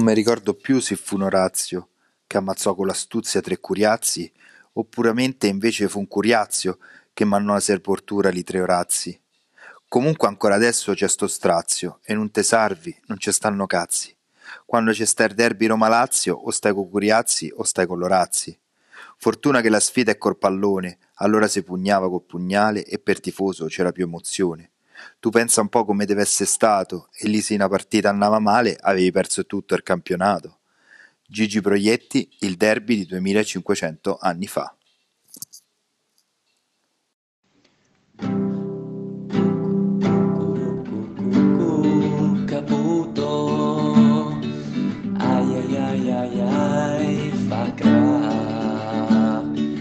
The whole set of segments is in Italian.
mi ricordo più se fu un Orazio che ammazzò con l'astuzia 3 curiazi, oppuramente invece fu un Curiazio che mannò a serportura li 3 Orazi. Comunque ancora adesso c'è sto strazio, e non te sarvi, non ci stanno cazzi. Quando c'è sta il derby Roma-Lazio, o stai con Curiazzi o stai con l'Orazzi. Fortuna che la sfida è col pallone, allora si pugnava col pugnale e per tifoso c'era più emozione. Tu pensa un po' come deve essere stato, e lì se una partita andava male avevi perso tutto il campionato. Gigi Proietti, il derby di 2500 anni fa. Caputo, ai ai ai ai ai, fa cra.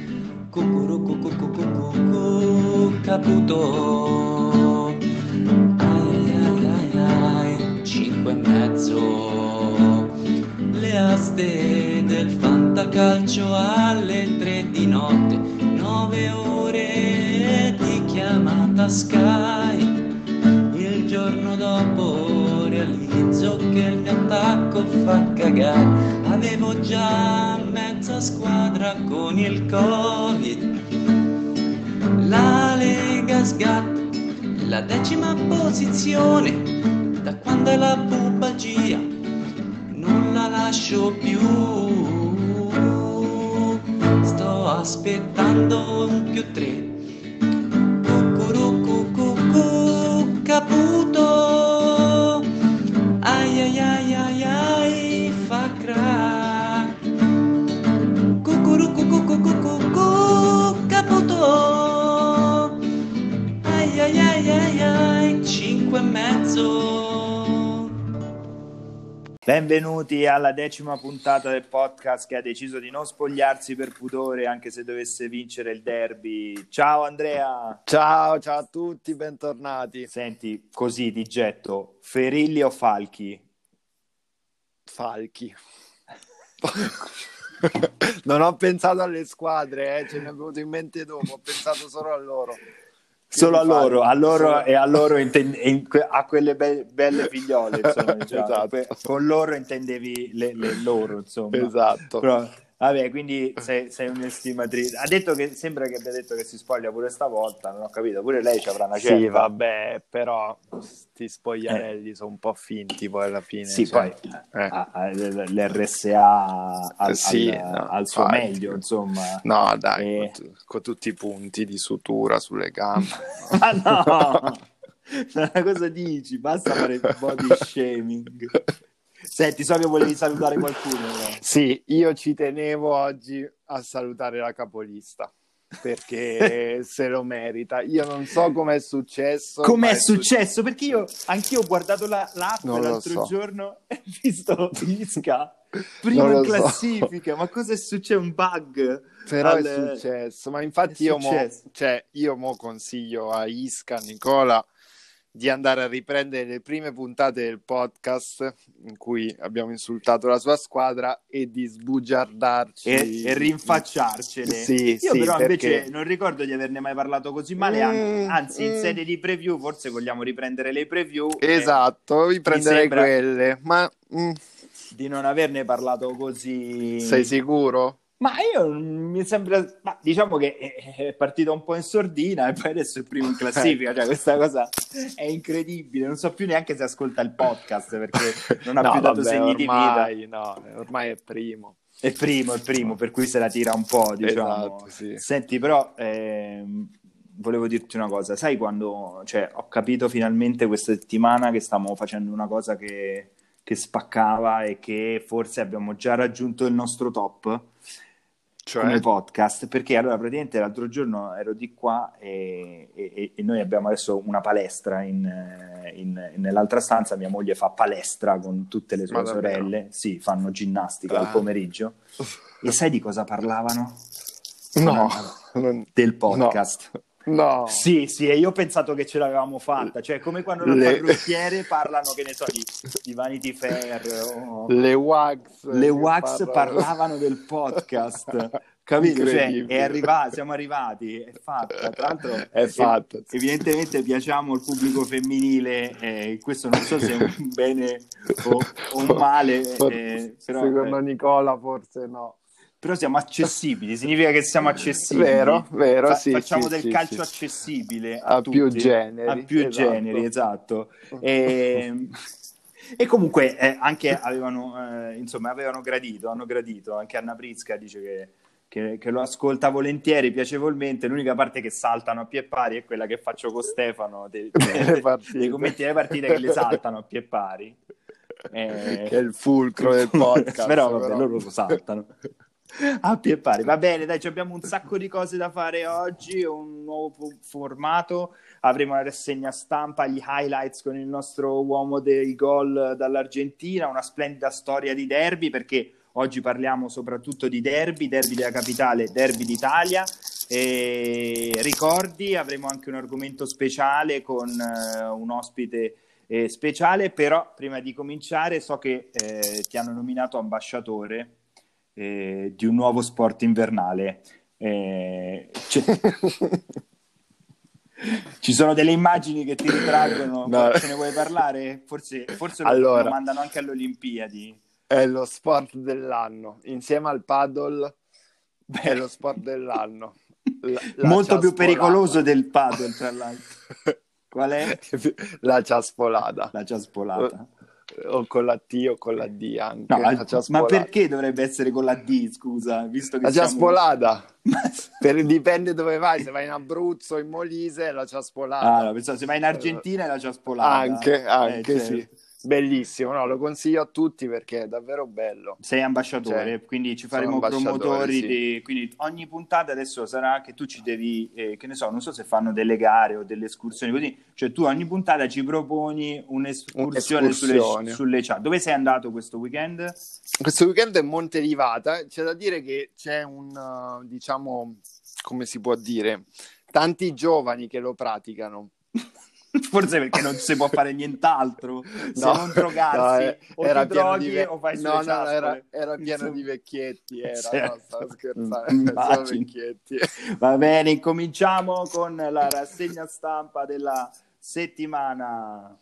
Cucurucucucucucu, caputo, ai ai ai ai ai, 5 e mezzo. Le aste del fantacalcio alle 3 di notte, 9 ore di chiamata Sky. Il giorno dopo realizzo che il mio attacco fa cagare. Avevo già mezza squadra con il Covid. La Lega sgatta la 10ª posizione. Da quando è la pubalgia non la lascio più. Sto aspettando un +3. Cucurucucucu, caputo, ai ai ai ai ai, fa crack. Cucurucucucucucu, caputo, ai ai ai ai ai, 5 e mezzo. Benvenuti alla 10ª puntata del podcast che ha deciso di non spogliarsi per pudore anche se dovesse vincere il derby. Ciao Andrea! Ciao a tutti, bentornati. Senti, così di getto, Ferilli o Falchi? Falchi. Non ho pensato alle squadre, ce ne è venuto in mente dopo, ho pensato solo a loro. Solo a loro, Solo- e a loro a quelle belle figliole, insomma, diciamo. Esatto. Con loro intendevi le loro, insomma. Esatto. Però, vabbè, quindi sei un'estimatrice. Ha detto che sembra che abbia detto che si spoglia pure stavolta, non ho capito, pure lei ci avrà una certa. Sì, vabbè, però sti spogliarelli sono un po' finti poi alla fine. Sì, cioè, poi l'RSA l'RSA Sì, al suo infatti. meglio, insomma. No, dai, E- con tutti i punti di sutura sulle gambe. Ah no! Cosa dici? Basta fare body shaming. Senti, so che volevi salutare qualcuno, però. Sì, io ci tenevo oggi a salutare la capolista perché se lo merita. Io non so com'è successo. ma Com'è successo? Perché anch'io ho guardato l'app Non lo l'altro so. giorno e ho visto Isca primo Non in lo so. classifica. Ma cosa è successo? Un bug? Però è successo. Ma infatti è successo. io mo consiglio a Isca, Nicola, di andare a riprendere le prime puntate del podcast in cui abbiamo insultato la sua squadra e di sbugiardarci E rinfacciarcele. Sì, Io sì, però invece perché- non ricordo di averne mai parlato così male, anzi in sede di preview forse vogliamo riprendere le preview. Esatto, riprendere sembra- quelle. Ma Di non averne parlato così. sei sicuro? Ma io mi sembra, ma diciamo che è partito un po' in sordina e poi adesso è primo in classifica, cioè questa cosa è incredibile, non so più neanche se ascolta il podcast perché non ha No, più dato vabbè, segni di vita. ormai è primo. È primo, per cui se la tira un po', diciamo. Esatto, sì. Senti, però volevo dirti una cosa, sai quando, cioè, ho capito finalmente questa settimana che stiamo facendo una cosa che spaccava e che forse abbiamo già raggiunto il nostro top come podcast, perché allora praticamente l'altro giorno ero di qua e noi abbiamo adesso una palestra nell'altra stanza, mia moglie fa palestra con tutte le sue Ma davvero? sorelle, sì, fanno ginnastica al pomeriggio e sai di cosa parlavano? No, Del podcast. No. Sì, e io ho pensato che ce l'avevamo fatta, cioè come quando dal parrucchiere parlano, che ne so, di Vanity Fair o... Le Wags Le Wax parlavano del podcast, capito? Cioè, Incredibile. siamo arrivati, è fatta. Tra l'altro, È fatta. evidentemente piacciamo al pubblico femminile, questo non so se è un bene o un male, però, Secondo Nicola forse no. però siamo accessibili, significa che siamo accessibili. Vero, sì, facciamo sì, del sì, calcio sì. accessibile A tutti, più generi, a più esatto. generi, esatto. E comunque anche avevano gradito, hanno gradito, anche Anna Prisca dice che lo ascolta volentieri, piacevolmente. L'unica parte che saltano a pie pari è quella che faccio con Stefano dei commenti delle partite, che le saltano a pie pari, che è il fulcro del podcast. Però vabbè, loro lo saltano a pie pari. Va bene, dai, abbiamo un sacco di cose da fare oggi, un nuovo formato. Avremo la rassegna stampa, gli highlights con il nostro uomo dei gol dall'Argentina, una splendida storia di derby, perché oggi parliamo soprattutto di derby della capitale, derby d'Italia. E ricordi, avremo anche un argomento speciale con un ospite speciale, però prima di cominciare so che ti hanno nominato ambasciatore di un nuovo sport invernale. Ci sono delle immagini che ti ritraggono, No. Ce ne vuoi parlare? Forse Allora, lo mandano anche alle Olimpiadi. è lo sport dell'anno, insieme al paddle. È lo sport dell'anno. Molto più pericoloso del paddle, tra l'altro. Qual è? La ciaspolata. La ciaspolata. O con la T o con la D anche. No, La ma perché dovrebbe essere con la D, scusa? Visto che la ciaspolata. siamo... Dipende dove vai, se vai in Abruzzo, in Molise è la ciaspolata. Ah, no, pensavo, se vai in Argentina è la ciaspolata. Anche certo. sì. Bellissimo, no, lo consiglio a tutti perché è davvero bello. Sei ambasciatore, quindi ci faremo promotori sì. quindi ogni puntata adesso sarà che tu ci devi, che ne so, non so se fanno delle gare o delle escursioni così, cioè tu ogni puntata ci proponi un'escursione sulle chat. Dove sei andato questo weekend? Questo weekend è Monterivata, c'è da dire che c'è diciamo, come si può dire, tanti giovani che lo praticano. Forse perché non si può fare nient'altro, se non drogarsi, o era ti droghi o fai sulle ciaspole. Era pieno di vecchietti, Certo. No, stavo scherzando, solo vecchietti. Va bene, incominciamo con la rassegna stampa della settimana.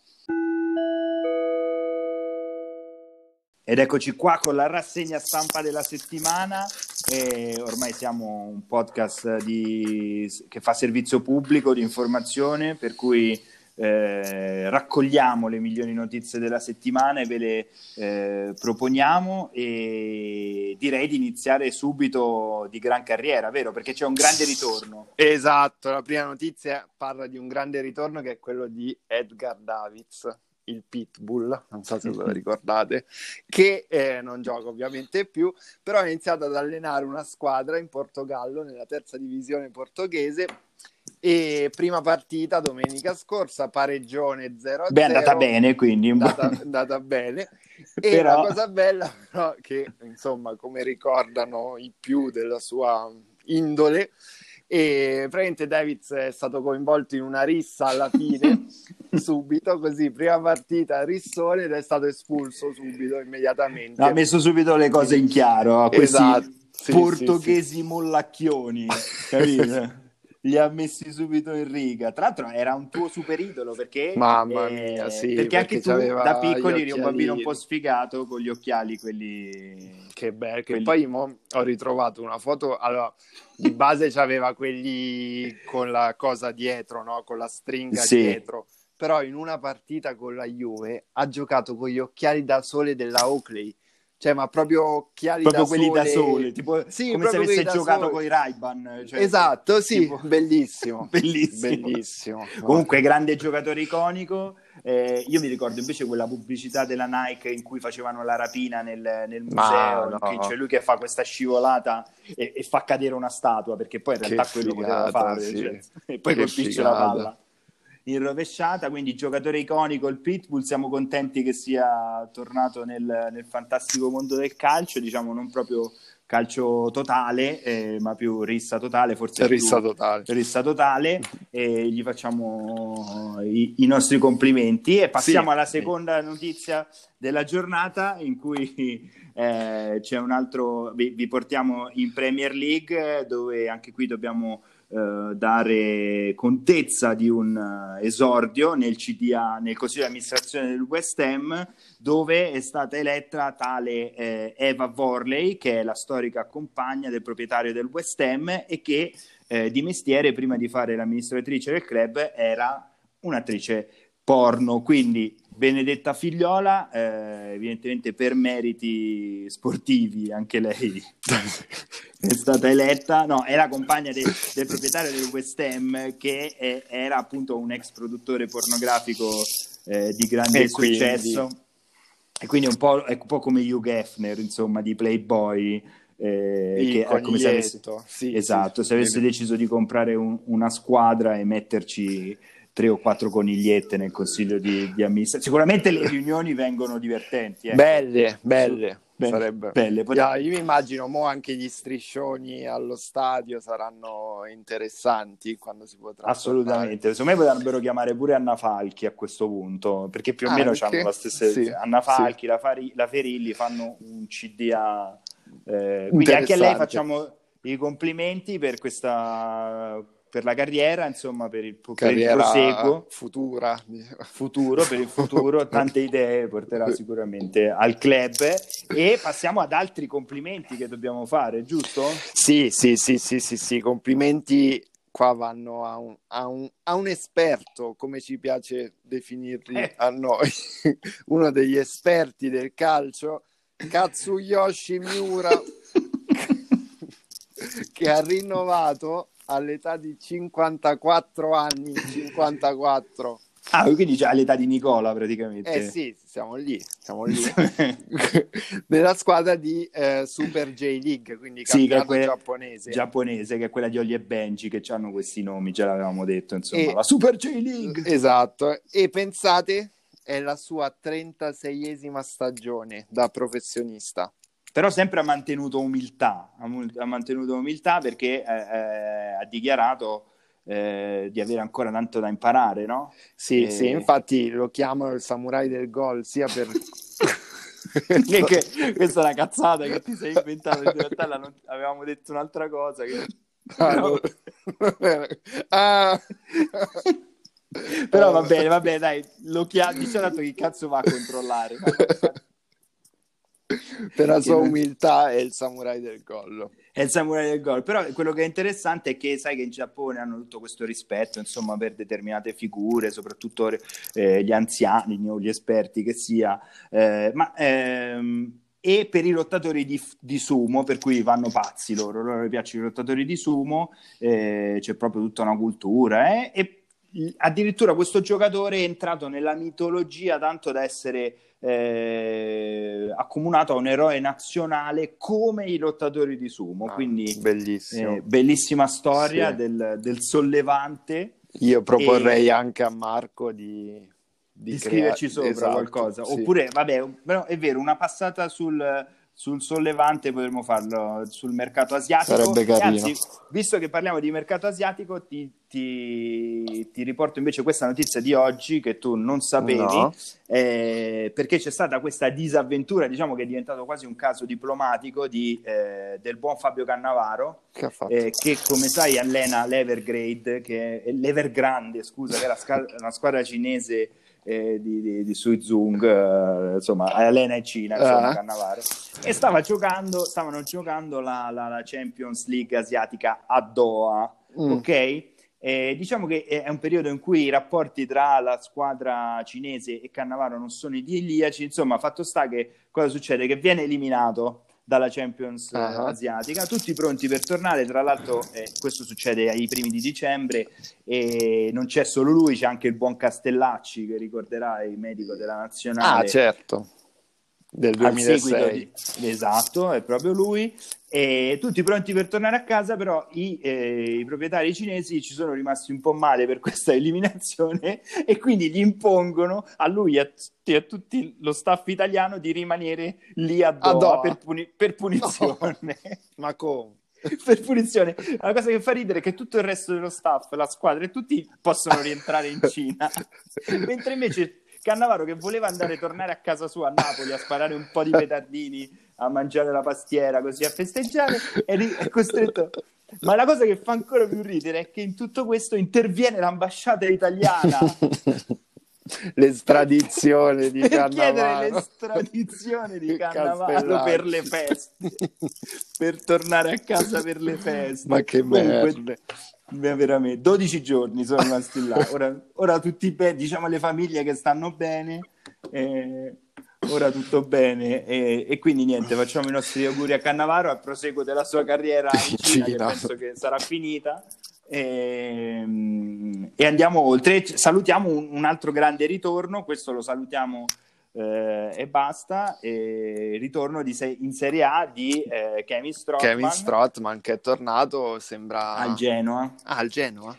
Ed eccoci qua con la rassegna stampa della settimana. Ormai siamo un podcast che fa servizio pubblico di informazione, per cui raccogliamo le migliori notizie della settimana e ve le proponiamo, e direi di iniziare subito di gran carriera, vero? Perché c'è un grande ritorno. Esatto, la prima notizia parla di un grande ritorno che è quello di Edgar Davids, il Pitbull, non so se ve lo ricordate, che non gioca ovviamente più, però ha iniziato ad allenare una squadra in Portogallo, nella terza divisione portoghese, e prima partita domenica scorsa, pareggione 0-0. Beh, è andata bene, quindi. È andata bene. E però... la cosa bella però che, insomma, come ricordano i più della sua indole, e praticamente Davids è stato coinvolto in una rissa alla fine subito, così prima partita rissone, ed è stato espulso subito, immediatamente. Ha messo subito le cose in chiaro a questi portoghesi sì. mollacchioni, capito? Li ha messi subito in riga. Tra l'altro era un tuo super idolo, perché mamma mia, sì, perché anche tu da piccoli eri un bambino un po' sfigato con gli occhiali quelli che bello, che poi ho ritrovato una foto. Allora, di base c'aveva quelli con la cosa dietro, no? Con la stringa dietro, però in una partita con la Juve ha giocato con gli occhiali da sole della Oakley. Cioè, ma proprio occhiali proprio da quelli sole. Da sole, tipo, sì, come se avesse giocato con i Ray-Ban. Cioè, esatto, sì, tipo... bellissimo. Bellissimo. Comunque, grande giocatore iconico. Io mi ricordo invece quella pubblicità della Nike in cui facevano la rapina nel museo, no. c'è lui che fa questa scivolata e fa cadere una statua, perché poi in realtà quello poteva fare, sì. e poi colpisce la palla. in rovesciata, quindi giocatore iconico il Pitbull, siamo contenti che sia tornato nel fantastico mondo del calcio, diciamo non proprio calcio totale, ma più rissa totale, forse Rissa più totale. rissa totale, e gli facciamo i nostri complimenti e passiamo Sì, alla seconda notizia della giornata, in cui c'è un altro, vi portiamo in Premier League, dove anche qui dobbiamo dare contezza di un esordio nel CDA, nel Consiglio di amministrazione del West Ham, dove è stata eletta tale Eva Worley, che è la storica compagna del proprietario del West Ham e che di mestiere, prima di fare l'amministratrice del club, era un'attrice porno. Quindi Benedetta Figliola, evidentemente per meriti sportivi anche lei è stata eletta, no, è la compagna del proprietario del West Ham, che era appunto un ex produttore pornografico di grande successo, e quindi è un po' come Hugh Hefner, insomma, di Playboy, che è come se avesse, esatto, se avesse deciso di comprare una squadra e metterci 3 o 4 conigliette nel consiglio di amministrazione. Sicuramente le riunioni vengono divertenti, ecco. Belle. Sarebbe belle. Io mi immagino mo anche gli striscioni allo stadio saranno interessanti quando si potrà. Assolutamente, secondo me potrebbero chiamare pure Anna Falchi a questo punto, perché più o meno hanno la stessa, Anna Falchi, la Ferilli fanno un CDA, quindi anche a lei facciamo i complimenti per questa, per la carriera, insomma, per il proseguo futuro, per il futuro, tante idee porterà sicuramente al club. E passiamo ad altri complimenti che dobbiamo fare, giusto? Sì, complimenti qua vanno a un esperto, come ci piace definirli a noi, uno degli esperti del calcio, Katsuyoshi Miura, che ha rinnovato all'età di 54 anni. 54. Ah, quindi già all'età di Nicola praticamente. Sì, siamo lì. Nella squadra di Super J League, quindi campionato giapponese, che è quella di Oli e Benji, che hanno questi nomi, già l'avevamo detto, insomma, la Super J League. Esatto, e pensate, è la sua 36esima stagione da professionista. Però sempre ha mantenuto umiltà, perché ha dichiarato di avere ancora tanto da imparare, no? Sì, infatti lo chiamano il samurai del gol, sia per... Questa è una cazzata che ti sei inventato, in realtà avevamo detto un'altra cosa. Però va bene, dai, diciamo tanto che cazzo va a controllare. Per la sua umiltà è il samurai del gol. Però quello che è interessante è che sai che in Giappone hanno tutto questo rispetto, insomma, per determinate figure, soprattutto gli anziani o gli esperti che sia, e per i lottatori di sumo, per cui vanno pazzi loro piacciono i lottatori di sumo, c'è proprio tutta una cultura, e addirittura questo giocatore è entrato nella mitologia tanto da essere accomunato a un eroe nazionale come i lottatori di sumo, quindi bellissima storia del sollevante. Io proporrei anche a Marco di scriverci sopra qualcosa, oppure vabbè, però è vero, una passata sul sollevante potremmo farlo sul mercato asiatico. Sarebbe carino. Anzi, visto che parliamo di mercato asiatico, ti riporto invece questa notizia di oggi che tu non sapevi, perché c'è stata questa disavventura, diciamo che è diventato quasi un caso diplomatico del buon Fabio Cannavaro, che come sai allena l'Evergrande, che è la squadra cinese di Suizung, insomma allena in Cina, insomma, Cannavaro, e stavano giocando la Champions League asiatica a Doha, ok? Diciamo che è un periodo in cui i rapporti tra la squadra cinese e Cannavaro non sono idilliaci, insomma, fatto sta che cosa succede? Che viene eliminato dalla Champions asiatica, tutti pronti per tornare, tra l'altro questo succede ai primi di dicembre, e non c'è solo lui, c'è anche il buon Castellacci, che ricorderai, medico della nazionale, certo, del 2006. Esatto, è proprio lui, E tutti pronti per tornare a casa, però i proprietari cinesi ci sono rimasti un po' male per questa eliminazione e quindi gli impongono a lui e a tutti lo staff italiano di rimanere lì a Doha per punizione. No. Ma come? Per punizione. La cosa che fa ridere è che tutto il resto dello staff, la squadra e tutti possono rientrare in Cina, mentre invece Cannavaro, che voleva tornare a casa sua a Napoli a sparare un po' di petardini, a mangiare la pastiera, così a festeggiare, è costretto. Ma la cosa che fa ancora più ridere è che in tutto questo interviene l'ambasciata italiana l'estradizione di per Cannavaro. chiedere l'estradizione di Cannavaro per le feste, per tornare a casa per le feste. Ma che merda. Veramente 12 giorni sono rimasti là. Ora tutti bene, diciamo alle famiglie che stanno bene, ora tutto bene, e quindi niente, facciamo i nostri auguri a Cannavaro al proseguo della sua carriera in Cina, che penso che sarà finita, e andiamo oltre. Salutiamo un altro grande ritorno, questo lo salutiamo e basta, ritorno in Serie A di Kevin Strootman, che è tornato, sembra al Genoa. Al Genoa?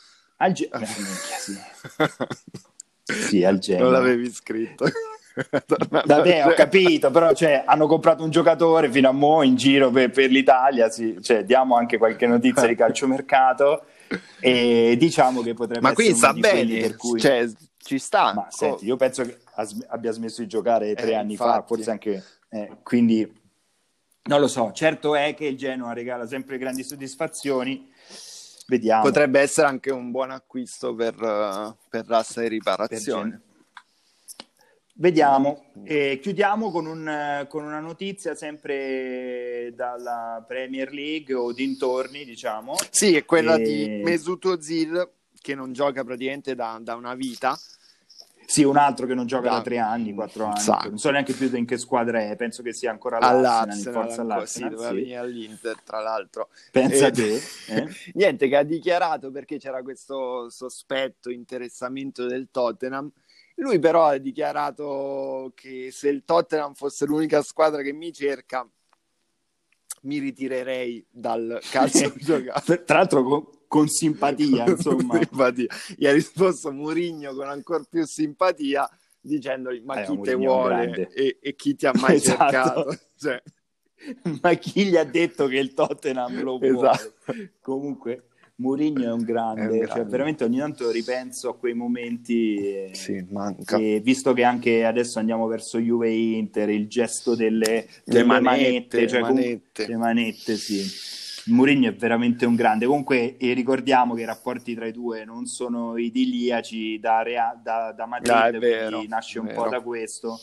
Sì, al Genoa. Non l'avevi scritto. Vabbè, ho capito, però hanno comprato un giocatore fino a mo' in giro per l'Italia, diamo anche qualche notizia di calciomercato e diciamo che potrebbe essere uno di quelli per cui ci sta. Ma senti, io penso che abbia smesso di giocare 3 anni fa, forse anche quindi non lo so. Certo è che il Genoa regala sempre grandi soddisfazioni. Vediamo. Potrebbe essere anche un buon acquisto per l'asta di riparazione. Vediamo. Chiudiamo con una notizia sempre dalla Premier League o dintorni, diciamo. Sì, è quella di Mesut Özil, che non gioca praticamente da una vita. Sì, un altro che non gioca da 3 anni, 4 anni. Non so neanche più in che squadra è, penso che sia ancora all'Arsenal, sì, doveva venire all'Inter, tra l'altro. Pensa te. Niente, che ha dichiarato, perché c'era questo sospetto interessamento del Tottenham. Lui però ha dichiarato che se il Tottenham fosse l'unica squadra che mi cerca, mi ritirerei dal calcio giocato. Tra l'altro con simpatia, insomma. Gli ha risposto Mourinho con ancora più simpatia, dicendogli ma chi te vuole e chi ti ha mai cercato? Ma chi gli ha detto che il Tottenham lo vuole? Comunque Mourinho è un grande. Veramente ogni tanto ripenso a quei momenti, manca. E visto che anche adesso andiamo verso Juve Inter, il gesto delle manette, le manette, sì. Mourinho è veramente un grande. Comunque ricordiamo che i rapporti tra i due non sono idilliaci da Madrid, quindi nasce un po' da questo,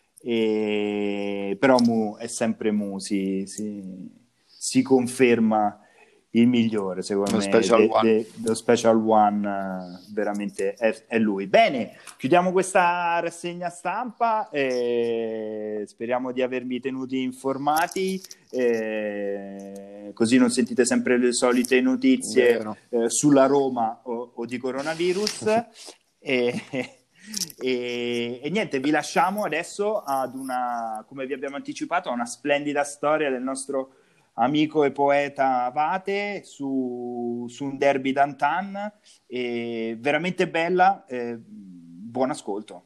però Mu è sempre Mu, si conferma il migliore, secondo me. Lo Special One veramente è lui. Bene, chiudiamo questa rassegna stampa, speriamo di avervi tenuti informati, così non sentite sempre le solite notizie sulla Roma o di coronavirus. E niente, vi lasciamo adesso ad come vi abbiamo anticipato, a una splendida storia del nostro amico e poeta Vate su un derby d'antan, veramente bella. Buon ascolto.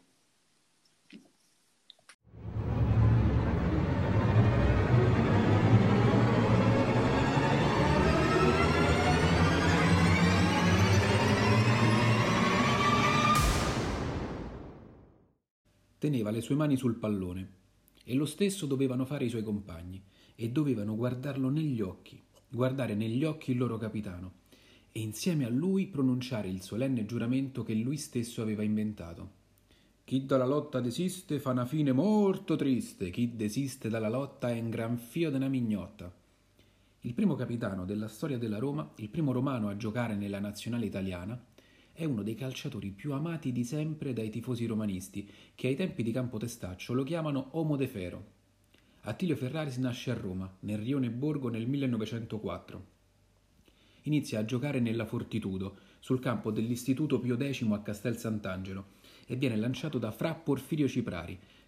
Teneva le sue mani sul pallone e lo stesso dovevano fare i suoi compagni. E dovevano guardarlo negli occhi, guardare negli occhi il loro capitano, e insieme a lui pronunciare il solenne giuramento che lui stesso aveva inventato. Chi dalla lotta desiste fa una fine molto triste, chi desiste dalla lotta è un gran fio de una mignotta. Il primo capitano della storia della Roma, il primo romano a giocare nella nazionale italiana, è uno dei calciatori più amati di sempre dai tifosi romanisti, che ai tempi di Campo Testaccio lo chiamano Uomo de Fero. Attilio Ferraris nasce a Roma, nel rione Borgo, nel 1904. Inizia a giocare nella Fortitudo, sul campo dell'Istituto Pio X a Castel Sant'Angelo, e viene lanciato da Fra Porfirio Ciprari,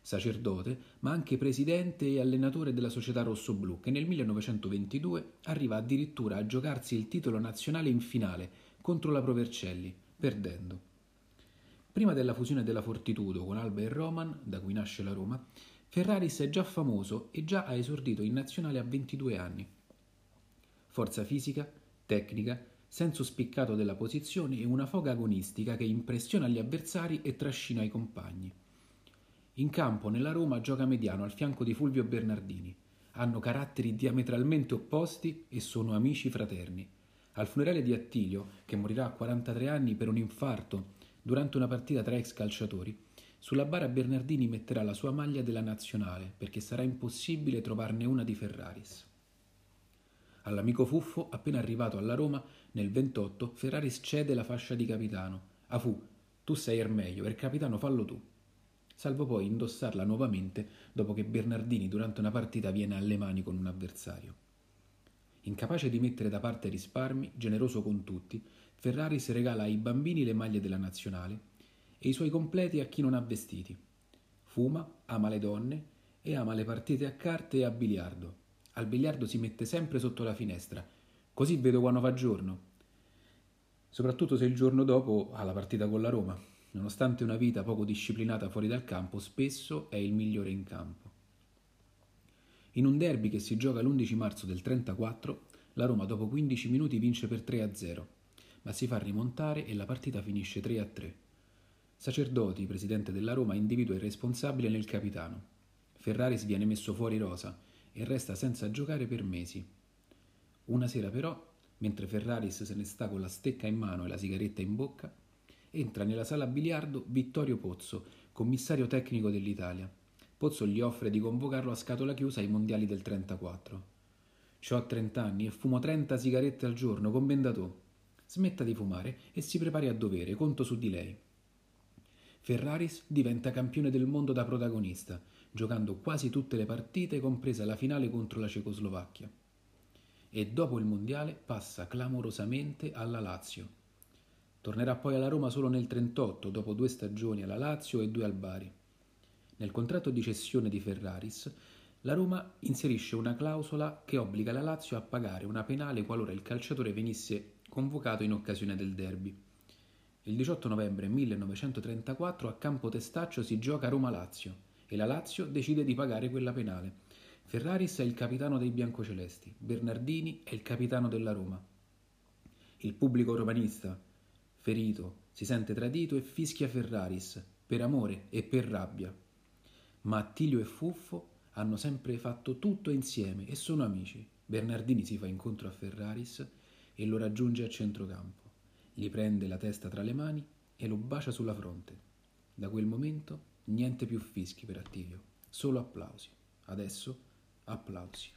sacerdote, ma anche presidente e allenatore della società rossoblù, che nel 1922 arriva addirittura a giocarsi il titolo nazionale in finale contro la Pro Vercelli, perdendo. Prima della fusione della Fortitudo con Alba e Roman, da cui nasce la Roma, Ferraris è già famoso e già ha esordito in nazionale a 22 anni. Forza fisica, tecnica, senso spiccato della posizione e una foga agonistica che impressiona gli avversari e trascina i compagni. In campo nella Roma gioca mediano al fianco di Fulvio Bernardini. Hanno caratteri diametralmente opposti e sono amici fraterni. Al funerale di Attilio, che morirà a 43 anni per un infarto durante una partita tra ex calciatori, sulla bara Bernardini metterà la sua maglia della nazionale perché sarà impossibile trovarne una di Ferraris. All'amico Fuffo, appena arrivato alla Roma, nel 28, Ferraris cede la fascia di capitano. Afu, tu sei il meglio, il capitano fallo tu. Salvo poi indossarla nuovamente dopo che Bernardini durante una partita viene alle mani con un avversario. Incapace di mettere da parte risparmi, generoso con tutti, Ferraris regala ai bambini le maglie della nazionale e i suoi completi a chi non ha vestiti. Fuma, ama le donne e ama le partite a carte e a biliardo. Al biliardo si mette sempre sotto la finestra, così vedo quando fa giorno. Soprattutto se il giorno dopo ha la partita con la Roma. Nonostante una vita poco disciplinata fuori dal campo, spesso è il migliore in campo. In un derby che si gioca l'11 marzo del 34, la Roma dopo 15 minuti vince per 3-0, ma si fa rimontare e la partita finisce 3-3. Sacerdoti, presidente della Roma, individua il responsabile nel capitano. Ferraris viene messo fuori rosa e resta senza giocare per mesi. Una sera però, mentre Ferraris se ne sta con la stecca in mano e la sigaretta in bocca, entra nella sala biliardo Vittorio Pozzo, commissario tecnico dell'Italia. Pozzo gli offre di convocarlo a scatola chiusa ai mondiali del 34. «C'ho 30 anni e fumo 30 sigarette al giorno, commendatò. Smetta di fumare e si prepari a dovere, conto su di lei». Ferraris diventa campione del mondo da protagonista, giocando quasi tutte le partite, compresa la finale contro la Cecoslovacchia. E dopo il mondiale passa clamorosamente alla Lazio. Tornerà poi alla Roma solo nel 1938, dopo 2 stagioni alla Lazio e 2 al Bari. Nel contratto di cessione di Ferraris, la Roma inserisce una clausola che obbliga la Lazio a pagare una penale qualora il calciatore venisse convocato in occasione del derby. Il 18 novembre 1934 a Campo Testaccio si gioca Roma-Lazio e la Lazio decide di pagare quella penale. Ferraris è il capitano dei biancocelesti, Bernardini è il capitano della Roma. Il pubblico romanista, ferito, si sente tradito e fischia Ferraris, per amore e per rabbia. Ma Attilio e Fuffo hanno sempre fatto tutto insieme e sono amici. Bernardini si fa incontro a Ferraris e lo raggiunge a centrocampo. Gli prende la testa tra le mani e lo bacia sulla fronte. Da quel momento niente più fischi per Attilio, solo applausi. Adesso applausi.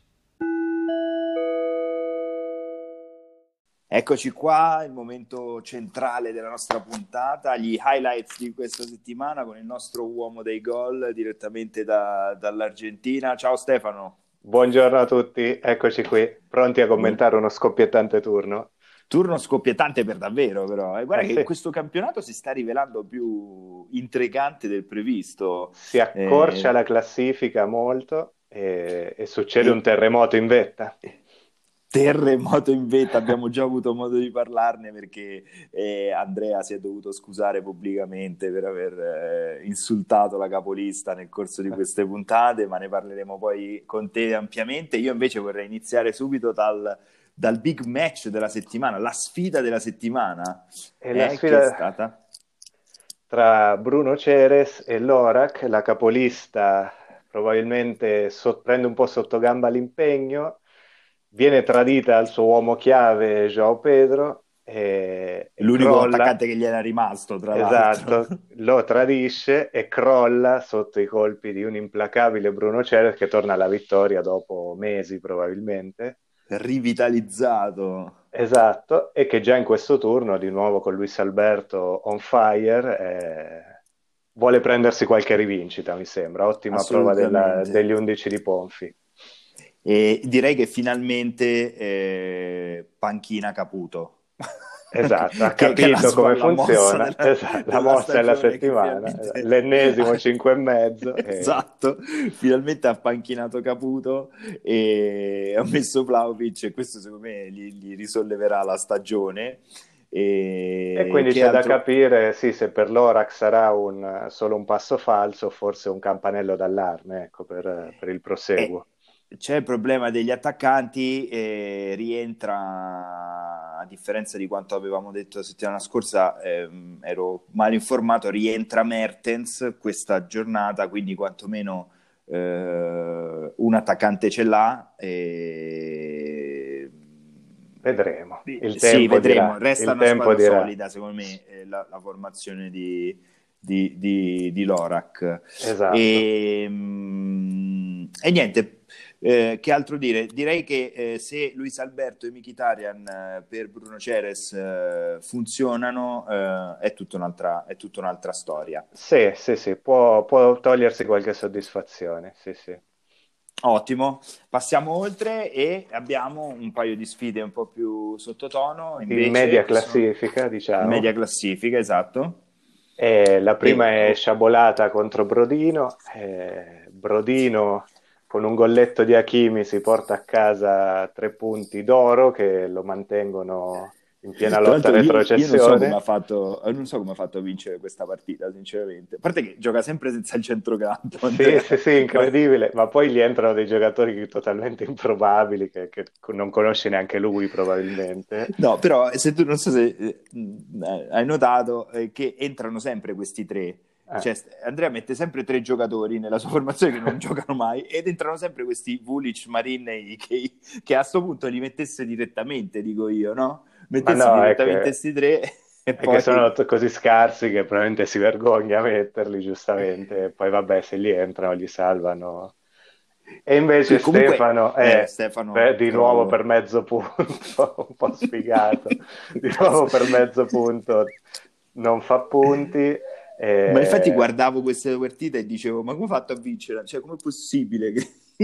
Eccoci qua, il momento centrale della nostra puntata, gli highlights di questa settimana con il nostro uomo dei gol direttamente dall'Argentina. Ciao Stefano. Buongiorno a tutti, eccoci qui, pronti a commentare uno scoppiettante turno. Turno scoppiettante per davvero, però. Guarda che sì. Questo campionato si sta rivelando più intrigante del previsto. Si accorcia la classifica molto e succede un terremoto in vetta. Terremoto in vetta, abbiamo già avuto modo di parlarne perché Andrea si è dovuto scusare pubblicamente per aver insultato la capolista nel corso di queste puntate, ma ne parleremo poi con te ampiamente. Io invece vorrei iniziare subito dal big match della settimana, la sfida della settimana. E la sfida che è stata tra Bruno Ceres e Lorac, la capolista probabilmente prende un po' sotto gamba l'impegno, viene tradita al suo uomo chiave João Pedro e l'unico crolla. attaccante che gli era rimasto, tra l'altro. Esatto, lo tradisce e crolla sotto i colpi di un implacabile Bruno Ceres che torna alla vittoria dopo mesi probabilmente. Rivitalizzato. Esatto, e che già in questo turno, di nuovo con Luis Alberto on fire, vuole prendersi qualche rivincita, mi sembra. Ottima prova degli 11 di Ponfi. E direi che finalmente panchina Caputo. Esatto, ha che è capito come la mossa funziona, esatto, la della mossa della stagione che settimana, finalmente l'ennesimo 5,5 e esatto, finalmente ha panchinato Caputo e ha messo Vlahovic e questo secondo me gli risolleverà la stagione. E E quindi che c'è da altro? capire, sì, se per l'Orac sarà solo un passo falso, forse un campanello d'allarme, ecco, per il proseguo. C'è il problema degli attaccanti, rientra, a differenza di quanto avevamo detto la settimana scorsa, ero mal informato, rientra Mertens questa giornata, quindi quantomeno un attaccante ce l'ha. Vedremo, il Sì, tempo vedremo. dirà, Resta il una tempo squadra dirà. solida, secondo me, la formazione di Lorac. Esatto. E niente, che altro dire? Direi che se Luis Alberto e Mkhitaryan per Bruno Ceres funzionano, è tutta un'altra storia. Sì, sì, sì, può togliersi qualche soddisfazione, sì, sì. Ottimo, passiamo oltre e abbiamo un paio di sfide un po' più sottotono, Di media invece, che sono classifica, media diciamo. classifica, esatto. La prima E, è Sciabolata contro Brodino. Brodino con un golletto di Hakimi si porta a casa 3 punti d'oro che lo mantengono in piena Tra lotta a l'altro io retrocessione. non so come ha fatto a vincere questa partita, sinceramente. A parte che gioca sempre senza il centrocampo, Sì, Andrea. sì, sì, incredibile, ma poi gli entrano dei giocatori totalmente improbabili che non conosce neanche lui probabilmente. No, però se tu non so se hai notato che entrano sempre questi tre. Eh, Cioè, Andrea mette sempre tre giocatori nella sua formazione che non giocano mai ed entrano sempre questi Vulic, Marin che a sto punto li mettesse direttamente, dico io, no? ma Mettesse no, direttamente questi tre e è che sono poi così scarsi che probabilmente si vergogna a metterli, giustamente, e poi vabbè, se li entrano li salvano. E invece comunque Stefano Stefano di nuovo per crollo. mezzo punto, un po' sfigato, di nuovo per mezzo punto non fa punti. Ma infatti eh, guardavo queste partite e dicevo, ma come ha fatto a vincere? Cioè, com'è possibile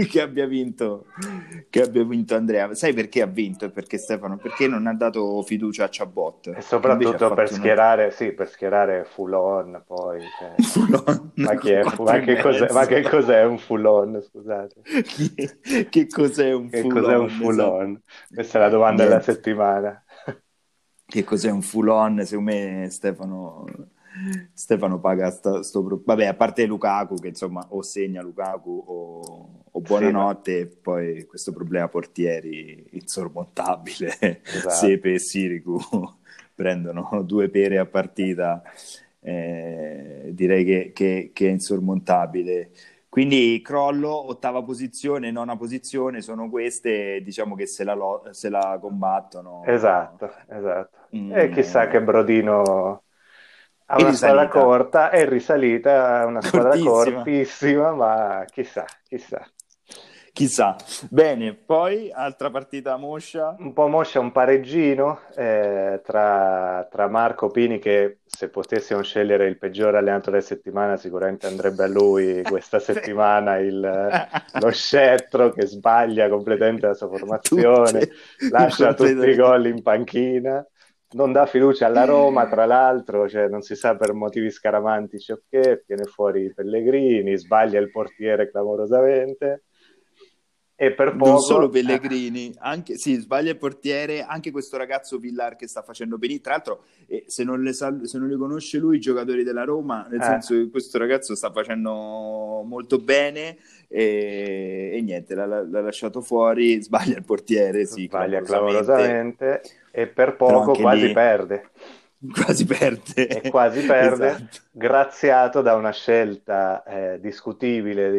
che abbia vinto Andrea? Sai perché ha vinto? E perché Stefano? Perché non ha dato fiducia a E Chabot, che invece ha soprattutto per fatto una schierare, sì, per schierare Fulon, poi, cioè, Fulon con 4 e Ma mezzo. che cos'è un Fulon, scusate? Che cos'è un Che cos'è un Fulon? Esatto. Fulon? Questa è la domanda della Niente. settimana. Che cos'è un full-on? Secondo me Stefano paga vabbè, a parte Lukaku che insomma o segna Lukaku o Sì, ma buonanotte, poi questo problema portieri insormontabile. esatto. Sepe e Sirigu prendono 2 pere a partita, direi che è insormontabile. Quindi crollo, ottava posizione, nona posizione, sono queste, diciamo che se la combattono. Esatto, esatto. E Mm, chissà che Brodino ha in una squadra risalita, corta, è risalita, è una squadra cortissima, cortissima, ma chissà, chissà. chissà. Bene, poi altra partita moscia. Un po' moscia un pareggino tra Marco Pini, che se potessimo scegliere il peggiore allenatore della settimana, sicuramente andrebbe a lui questa settimana lo scettro che sbaglia completamente la sua formazione, Tutte lascia tutti i completamente. gol in panchina, non dà fiducia alla Roma, tra l'altro, cioè non si sa per motivi scaramantici o che, tiene fuori i Pellegrini, sbaglia il portiere clamorosamente. E per Non solo poco, Pellegrini, anche, sì, sbaglia il portiere, anche questo ragazzo Villar che sta facendo benissimo. Tra l'altro, se non li conosce lui, i giocatori della Roma, nel eh, senso che questo ragazzo sta facendo molto bene e niente, l'ha lasciato fuori, sbaglia il portiere, sì, sbaglia clamorosamente, clamorosamente e per però poco anche quasi lì perde. quasi E perde. quasi perde, Esatto. graziato da una scelta discutibile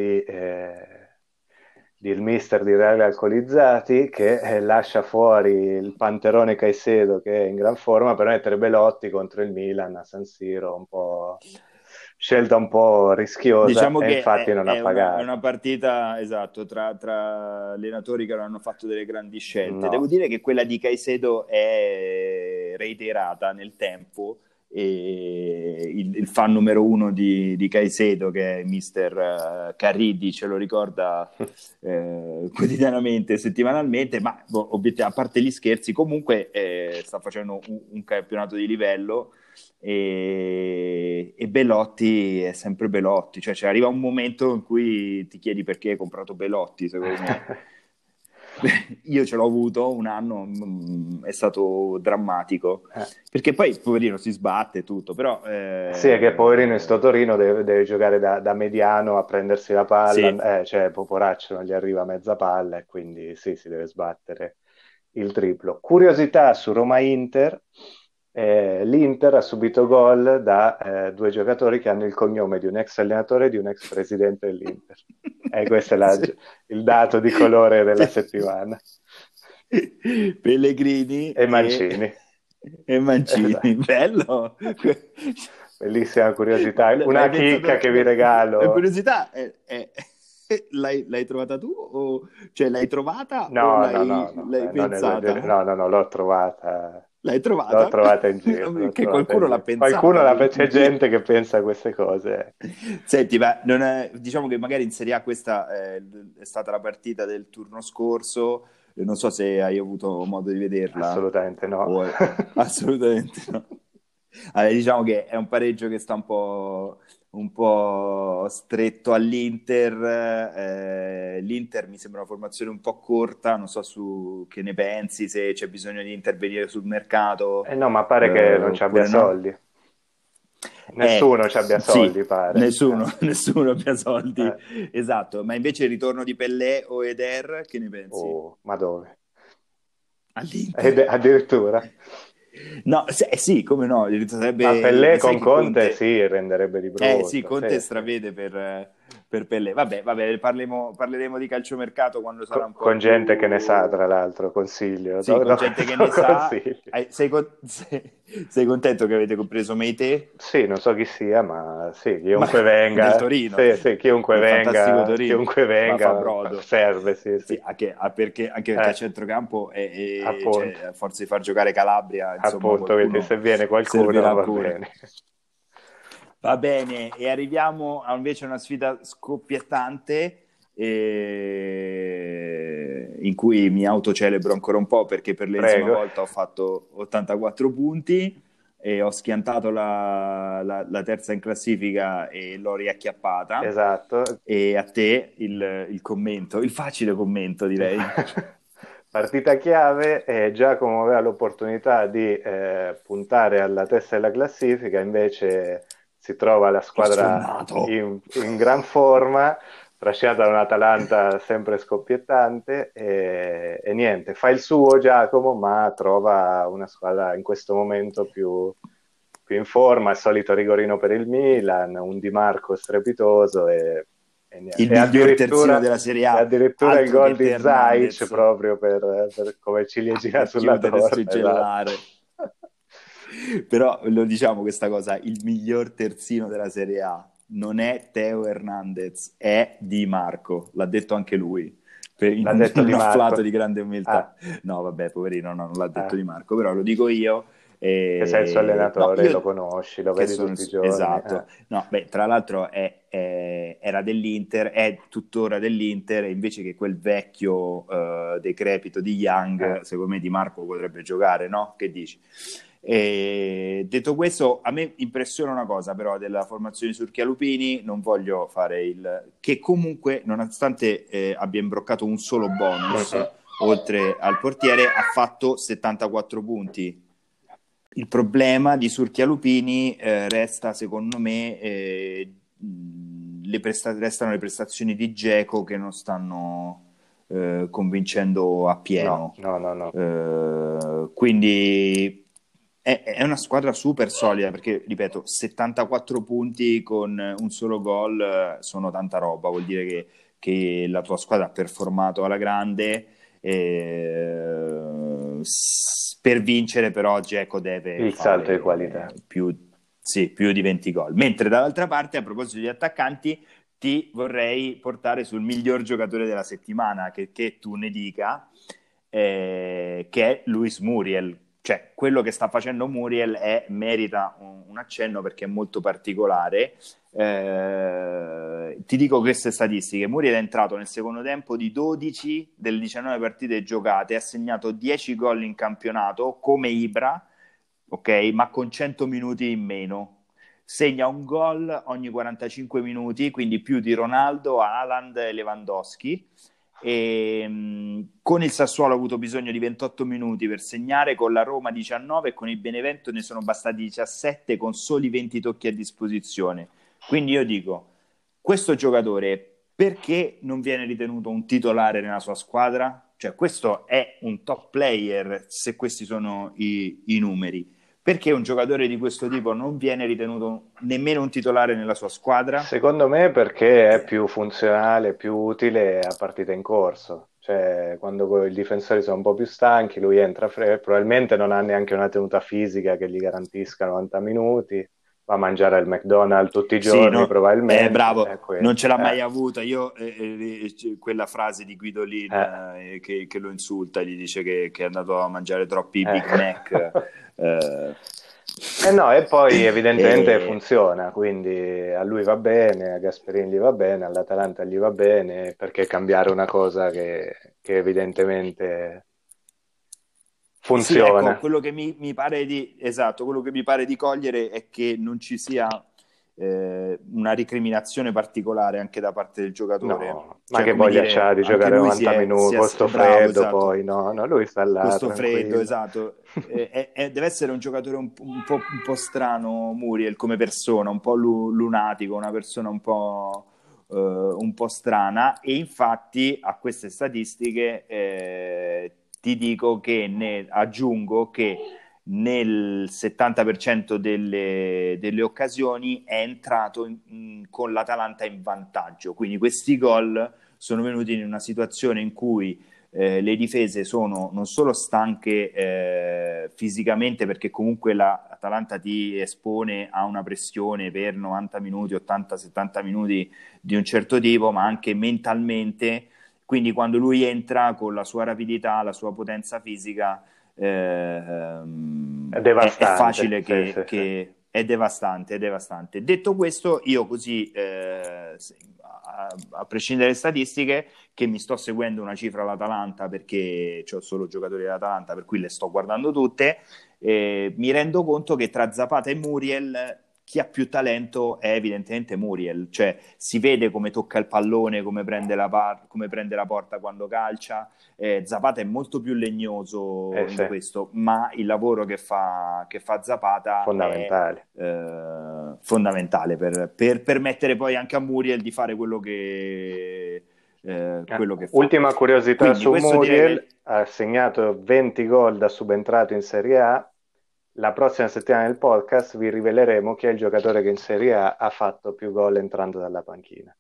di il mister di Reali Alcolizzati che lascia fuori il Panterone Caicedo che è in gran forma per mettere Belotti contro il Milan a San Siro, un po' scelta un po' rischiosa Diciamo e che infatti non ha è una pagato. partita, esatto, tra allenatori che non hanno fatto delle grandi scelte. Devo No, dire che quella di Caicedo è reiterata nel tempo e il fan numero uno di Caicedo, che è Mister Caridi, ce lo ricorda quotidianamente, settimanalmente, ma a parte gli scherzi, comunque sta facendo un campionato di livello, e Belotti è sempre Belotti, cioè arriva un momento in cui ti chiedi perché hai comprato Belotti, secondo me. Io ce l'ho avuto un anno, è stato drammatico, perché poi poverino si sbatte tutto, però Sì, è che poverino in sto Torino deve giocare da mediano a prendersi la palla, sì. cioè poporaccio non gli arriva mezza palla e quindi sì, si deve sbattere il triplo. Curiosità su Roma-Inter, l'Inter ha subito gol da due giocatori che hanno il cognome di un ex allenatore e di un ex presidente dell'Inter. E questo è Sì. il dato di colore della Sì. settimana. Pellegrini E Mancini. e Mancini, Esatto. bello. Bellissima curiosità. L'hai Una chicca pensato, che vi la regalo. curiosità l'hai trovata tu, cioè l'hai trovata o No, no, no, no, l'hai non esagero. pensata? No, no, no, l'ho trovata. L'hai L'ho trovata? trovata in giro, l'ho Che trovata in qualcuno l'ha giro. Qualcuno pensata c'è addirittura. gente che pensa a queste cose. Senti, ma diciamo che magari in Serie A questa è stata la partita del turno scorso, non so se hai avuto modo di vederla, Assolutamente no. assolutamente no. Allora, diciamo che è un pareggio che sta un po' stretto all'Inter. L'Inter mi sembra una formazione un po' corta, non so su che ne pensi, se c'è bisogno di intervenire sul mercato, No, ma pare che non ci abbia oppure no. soldi. Nessuno ci abbia Sì, soldi, pare. nessuno abbia soldi, Eh. esatto, ma invece il ritorno di Pellè o Eder, che ne pensi? Oh, ma dove? All'Inter? Addirittura. No, sì, come no, Ma sarebbe, Pellè sai con che Conte Conte... sì, renderebbe di Sì, brutto. Conte Sì, sì. stravede per Pellè. Vabbè, parleremo di calciomercato quando sarà un po' Con gente che ne sa, più... tra l'altro, consiglio. Sì, con Do gente che questo ne sa. consiglio. Sei contento che avete compreso Meite? Sì, non so chi sia, ma sì, Ma chiunque del venga, Torino, sì, sì, del fantastico Torino, chiunque ma fa venga brodo. serve, sì, Sì, sì. anche perché a centrocampo Appunto, a forza di far giocare Calabria, insomma, appunto, quindi se qualcuno viene qualcuno servirà va pure. bene. Va bene, e arriviamo invece a una sfida scoppiettante, in cui mi autocelebro ancora un po' perché per l'ennesima Prego. volta ho fatto 84 punti e ho schiantato la terza in classifica e l'ho riacchiappata. Esatto. E a te il commento, il facile commento, direi. Partita chiave, Giacomo aveva l'opportunità di puntare alla testa della classifica, invece si trova la L'ho squadra sfondato. in gran forma, trascinata da un Atalanta sempre scoppiettante e niente, fa il suo Giacomo, ma trova una squadra in questo momento più in forma, il solito rigorino per il Milan, un Di Marco strepitoso e niente. Il miglior terzino della Serie E A, addirittura il altro gol che di Teo Zaic Hernandez, proprio per come ciliegina per sulla chiudere e torta, esatto. suggellare. Però lo diciamo questa cosa, il miglior terzino della Serie A non è Teo Hernandez, è Di Marco, l'ha detto anche lui, in L'ha detto in un Di afflato di Marco. grande Ah, umiltà. No, vabbè, poverino, no, non l'ha detto ah, Di Marco, però lo dico io. che sei il suo No, allenatore, lo io conosci, lo che vedi sono tutti i giorni. esatto. No, beh, tra l'altro era dell'Inter, è tuttora dell'Inter, e invece che quel vecchio decrepito di Eh. Young, secondo me Di Marco potrebbe giocare, no? Che dici? E detto questo, a me impressiona una cosa però della formazione di Surchialupini, non voglio fare che comunque, nonostante abbia imbroccato un solo bonus, Mhm. oltre al portiere, ha fatto 74 punti. Il problema di Surchialupini resta, secondo me, restano le prestazioni di Dzeko che non stanno convincendo a No, pieno. no, no, no. Quindi è una squadra super solida perché, ripeto, 74 punti con un solo gol sono tanta roba, vuol dire che la tua squadra ha performato alla grande. Per vincere però Dzeko deve Il salto di fare qualità. più di 20 gol, mentre dall'altra parte, a proposito di attaccanti, ti vorrei portare sul miglior giocatore della settimana, che tu ne dica, che è Luis Muriel, cioè, quello che sta facendo Muriel merita un accenno perché è molto particolare. Ti dico queste statistiche: Muriel è entrato nel secondo tempo di 12 delle 19 partite giocate, ha segnato 10 gol in campionato come Ibra, ok, ma con 100 minuti in meno. Segna un gol ogni 45 minuti, quindi più di Ronaldo, Haaland e Lewandowski. Con il Sassuolo ha avuto bisogno di 28 minuti per segnare, con la Roma 19 e con il Benevento ne sono bastati 17 con soli 20 tocchi a disposizione. Quindi io dico, questo giocatore perché non viene ritenuto un titolare nella sua squadra? Cioè, questo è un top player se questi sono i numeri. Perché un giocatore di questo tipo non viene ritenuto nemmeno un titolare nella sua squadra? Secondo me perché è più funzionale, più utile a partita in corso. Cioè, quando i difensori sono un po' più stanchi, lui entra probabilmente non ha neanche una tenuta fisica che gli garantisca 90 minuti, va a mangiare al McDonald's tutti i Sì, giorni no, probabilmente. bravo, non ce l'ha mai Eh. avuta. Io, quella frase di Guidolin che lo insulta, gli dice che è andato a mangiare troppi Big Mac. No, e poi evidentemente funziona, quindi a lui va bene, a Gasperini gli va bene, all'Atalanta gli va bene, perché cambiare una cosa che evidentemente Sì, ecco, funziona. quello che mi pare quello che mi pare di cogliere è che non ci sia una recriminazione particolare anche da parte del giocatore. No, ma Cioè, che come voglia dire, c'ha di anche giocare lui 90 minuti con sto bravo, freddo, esatto. poi no, lui sta là Questo freddo, tranquillo. esatto. Deve essere un giocatore un po' strano, Muriel, come persona, un po' lunatico, una persona un po' strana, e infatti a queste statistiche ti dico che aggiungo che nel 70% delle occasioni è entrato con l'Atalanta in vantaggio, quindi questi gol sono venuti in una situazione in cui le difese sono non solo stanche fisicamente, perché comunque l'Atalanta ti espone a una pressione per 90 minuti, 80-70 minuti di un certo tipo, ma anche mentalmente. Quindi quando lui entra con la sua rapidità, la sua potenza fisica, È è devastante, facile sì. che è devastante, è devastante. Detto questo, io così, a prescindere dalle statistiche, che mi sto seguendo una cifra all'Atalanta perché ho solo giocatori dell'Atalanta, per cui le sto guardando tutte, mi rendo conto che tra Zapata e Muriel chi ha più talento è evidentemente Muriel, cioè si vede come tocca il pallone, come prende la porta quando calcia. Zapata è molto più legnoso in Sì. questo, ma il lavoro che fa Zapata Fondamentale. è fondamentale per permettere poi anche a Muriel di fare quello che fa. Ultima curiosità Quindi su questo direi Muriel, che ha segnato 20 gol da subentrato in Serie A. La prossima settimana nel podcast vi riveleremo chi è il giocatore che in Serie A ha fatto più gol entrando dalla panchina.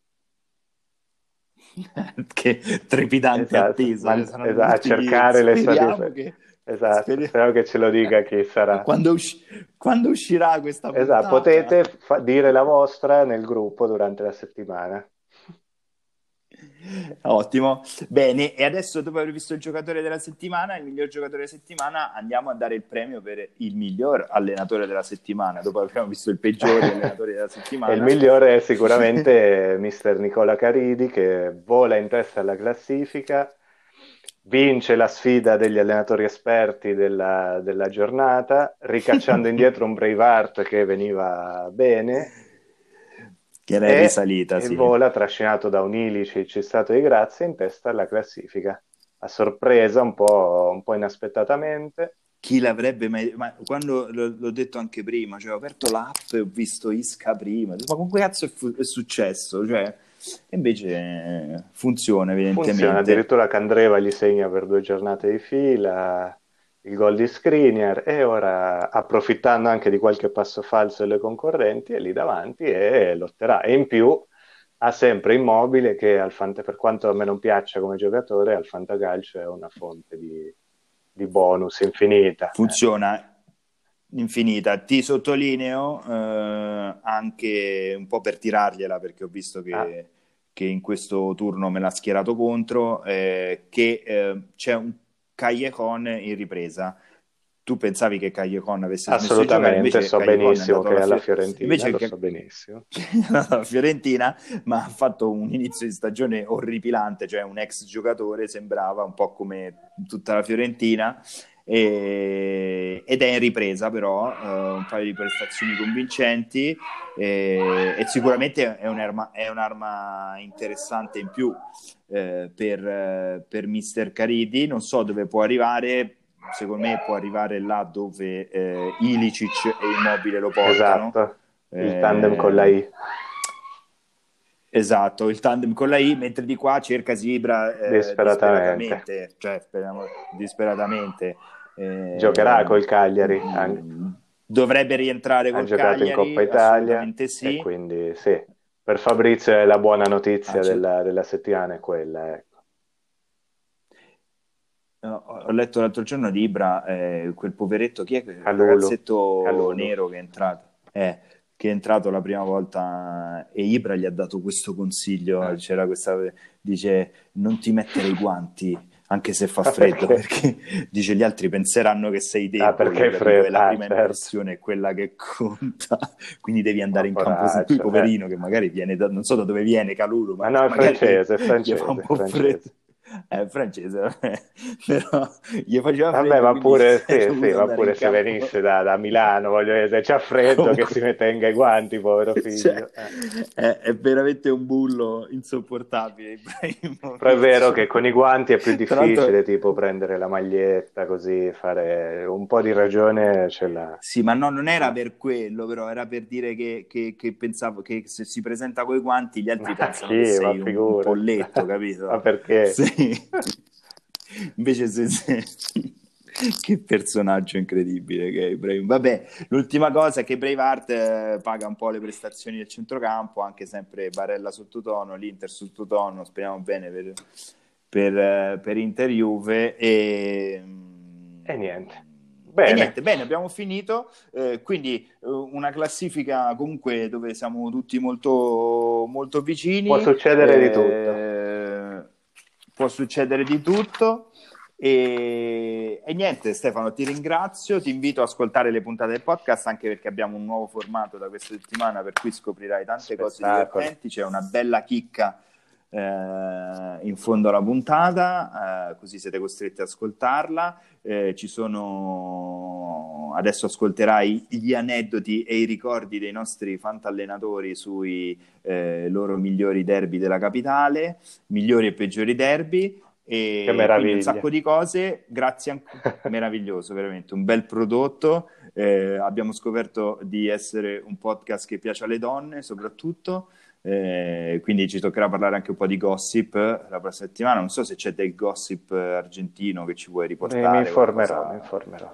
che trepidante attesa, a cercare le statistiche. Speriamo che ce lo dica chi sarà. Quando uscirà questa puntata. Potete dire la vostra nel gruppo durante la settimana. Ottimo, bene, e adesso dopo aver visto il giocatore della settimana, il miglior giocatore della settimana, andiamo a dare il premio per il miglior allenatore della settimana. Dopo abbiamo visto il peggiore allenatore della settimana, e il migliore è sicuramente mister Nicola Caridi, che vola in testa alla classifica, vince la sfida degli allenatori esperti della giornata, ricacciando indietro un Braveheart che veniva bene, che era in risalita, e sì. vola trascinato da un Ilicic, stato di grazia, in testa alla classifica, a sorpresa, un po' inaspettatamente. Chi l'avrebbe mai... Ma quando l'ho detto anche prima, cioè ho aperto l'app e ho visto Isca prima, ma con che cazzo è successo? Cioè, invece funziona evidentemente. Funziona, addirittura Candreva gli segna per 2 giornate di fila il gol di Skriniar, e ora, approfittando anche di qualche passo falso delle concorrenti, è lì davanti e lotterà. E in più ha sempre Immobile che, per quanto a me non piaccia come giocatore, al fantacalcio è una fonte di bonus infinita. Funziona infinita. Ti sottolineo anche un po' per tirargliela, perché ho visto che in questo turno me l'ha schierato contro, che c'è un Callejon in ripresa. tu pensavi che Callejon avesse smesso di giocare, Assolutamente, invece so Callejon è benissimo andato che è alla alla Fiorentina, Fiorentina, lo so benissimo. alla Fiorentina, ma ha fatto un inizio di stagione orripilante, cioè un ex giocatore, sembrava un po' come tutta la Fiorentina, ed è in ripresa però, un paio di prestazioni convincenti, e sicuramente è un'arma interessante in più per Mister Caridi. Non so dove può arrivare, secondo me può arrivare là dove Ilicic e Immobile lo portano. Esatto, il tandem con la I. Esatto, il tandem con la I, mentre di qua cerca Ibra Disperatamente. disperatamente, cioè speriamo disperatamente. Giocherà col Cagliari, Dovrebbe rientrare ha col giocato in Coppa Cagliari, Italia assolutamente e sì. quindi sì, per Fabrizio è la buona notizia c'è- della settimana, è quella, ecco. Ho letto l'altro giorno di Ibra, quel poveretto, chi è quel Calulu, ragazzetto Calulu. nero che è entrato la prima volta, e Ibra gli ha dato questo consiglio, c'era dice non ti mettere i guanti anche se fa freddo, perché dice gli altri penseranno che sei debole, perché è capito? freddo, E la prima certo. impressione è quella che conta, quindi devi andare in campo Poraccio, sempre poverino, che magari viene non so da dove viene Calulu, ma no, è magari francese, gli fa un po' francese. freddo. È francese, vabbè. Però gli faceva Vabbè, freddo, ma quindi pure, è sì, dovuto ma andare pure in se campo. venisse da Milano, voglio dire, se c'ha freddo Comunque, che si tenga i guanti, povero cioè, figlio. è veramente un bullo insopportabile, Però è vero Ibrahimovic. che con i guanti è più Tra l'altro, difficile, tipo prendere la maglietta, così, fare un po' di ragione ce l'ha. sì, ma no, non era per quello, però era per dire che pensavo che se si presenta coi guanti gli altri Ma pensano che chi? Ma sei un figurati. polletto, Ma capito? perché? Sì. Invece che personaggio incredibile che è Ibrahim. Vabbè, l'ultima cosa è che Braveheart paga un po' le prestazioni del centrocampo, anche sempre Barella sottotono, l'Inter sottotono, speriamo bene per Inter Juve E niente. e Bene, niente, bene, abbiamo finito. Quindi una classifica comunque dove siamo tutti molto, molto vicini. può succedere di tutto. Può succedere di tutto. E niente, Stefano, ti ringrazio, ti invito ad ascoltare le puntate del podcast, anche perché abbiamo un nuovo formato da questa settimana, per cui scoprirai tante cose Spettacolo. divertenti. C'è una bella chicca in fondo alla puntata, così siete costretti ad ascoltarla. Ci sono, adesso ascolterai gli aneddoti e i ricordi dei nostri fantallenatori sui loro migliori derby della capitale, migliori e peggiori derby. Che E quindi un meraviglia. sacco di cose, grazie, meraviglioso, veramente un bel prodotto. Abbiamo scoperto di essere un podcast che piace alle donne soprattutto, quindi ci toccherà parlare anche un po' di gossip la prossima settimana. Non so se c'è del gossip argentino che ci vuoi riportare. Mi informerò, qualcosa. mi informerò.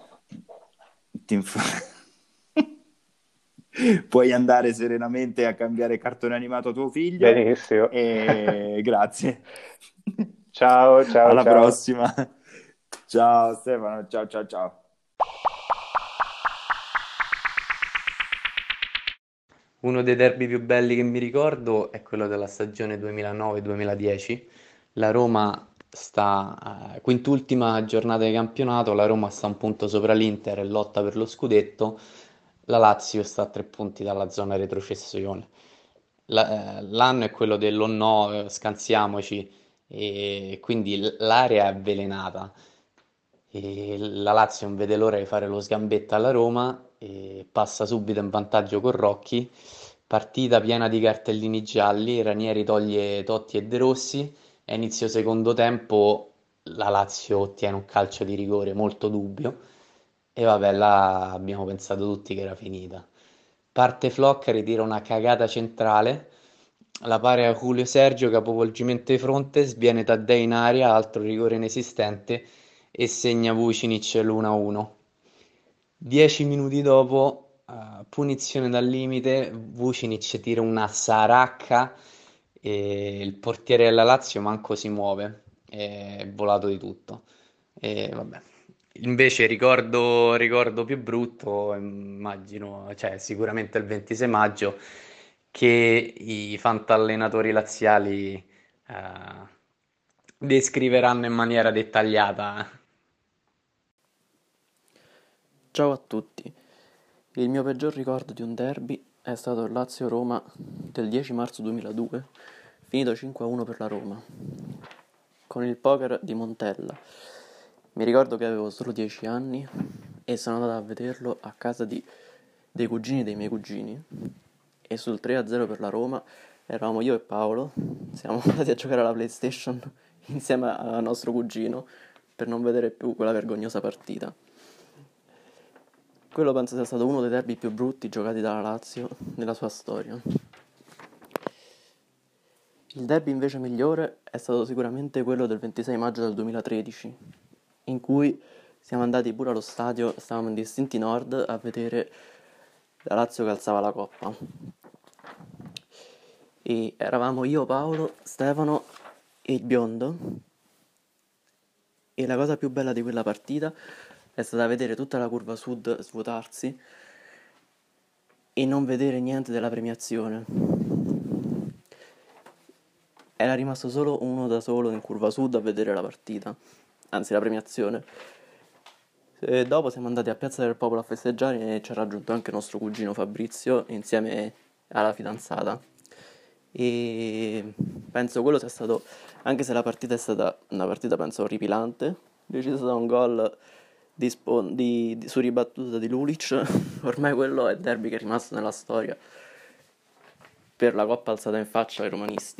Puoi andare serenamente a cambiare cartone animato a tuo figlio. Benissimo. Grazie. Ciao, ciao, Alla ciao. prossima. Ciao Stefano, ciao ciao ciao. Uno dei derby più belli che mi ricordo è quello della stagione 2009-2010. La Roma sta quintultima giornata di campionato, la Roma sta un punto sopra l'Inter e lotta per lo scudetto, la Lazio sta a 3 punti dalla zona retrocessione. L'anno è quello dello no, scansiamoci, e quindi l'area è avvelenata. E la Lazio non vede l'ora di fare lo sgambetto alla Roma e passa subito in vantaggio con Rocchi. Partita piena di cartellini gialli, Ranieri toglie Totti e De Rossi e a inizio secondo tempo la Lazio ottiene un calcio di rigore molto dubbio e vabbè, là abbiamo pensato tutti che era finita. Parte Flock, ritira una cagata centrale, la pare a Julio Sergio, capovolgimento di fronte, sviene Taddei in aria, altro rigore inesistente e segna Vucinic l'1-1. 10 minuti dopo, punizione dal limite, Vucinic tira una saracca e il portiere della Lazio manco si muove, è volato di tutto. E vabbè. Invece ricordo più brutto, immagino, cioè sicuramente il 26 maggio, che i fantallenatori laziali descriveranno in maniera dettagliata. Ciao a tutti. Il mio peggior ricordo di un derby è stato il Lazio-Roma del 10 marzo 2002, finito 5-1 per la Roma, con il poker di Montella. Mi ricordo che avevo solo 10 anni e sono andato a vederlo a casa dei cugini dei miei cugini, e sul 3-0 per la Roma eravamo io e Paolo, siamo andati a giocare alla PlayStation insieme al nostro cugino per non vedere più quella vergognosa partita. Quello penso sia stato uno dei derby più brutti giocati dalla Lazio nella sua storia. Il derby invece migliore è stato sicuramente quello del 26 maggio del 2013, in cui siamo andati pure allo stadio, stavamo in Distinti Nord a vedere la Lazio che alzava la coppa. E eravamo io, Paolo, Stefano e il biondo. E la cosa più bella di quella partita è stata vedere tutta la curva sud svuotarsi e non vedere niente della premiazione. Era rimasto solo uno da solo in curva sud a vedere la partita, anzi la premiazione. E dopo siamo andati a Piazza del Popolo a festeggiare e ci ha raggiunto anche il nostro cugino Fabrizio insieme alla fidanzata. E penso quello sia stato, anche se la partita è stata una partita penso orripilante, decisa da un gol su ribattuta di Lulic, ormai quello è il derby che è rimasto nella storia per la coppa alzata in faccia ai romanisti.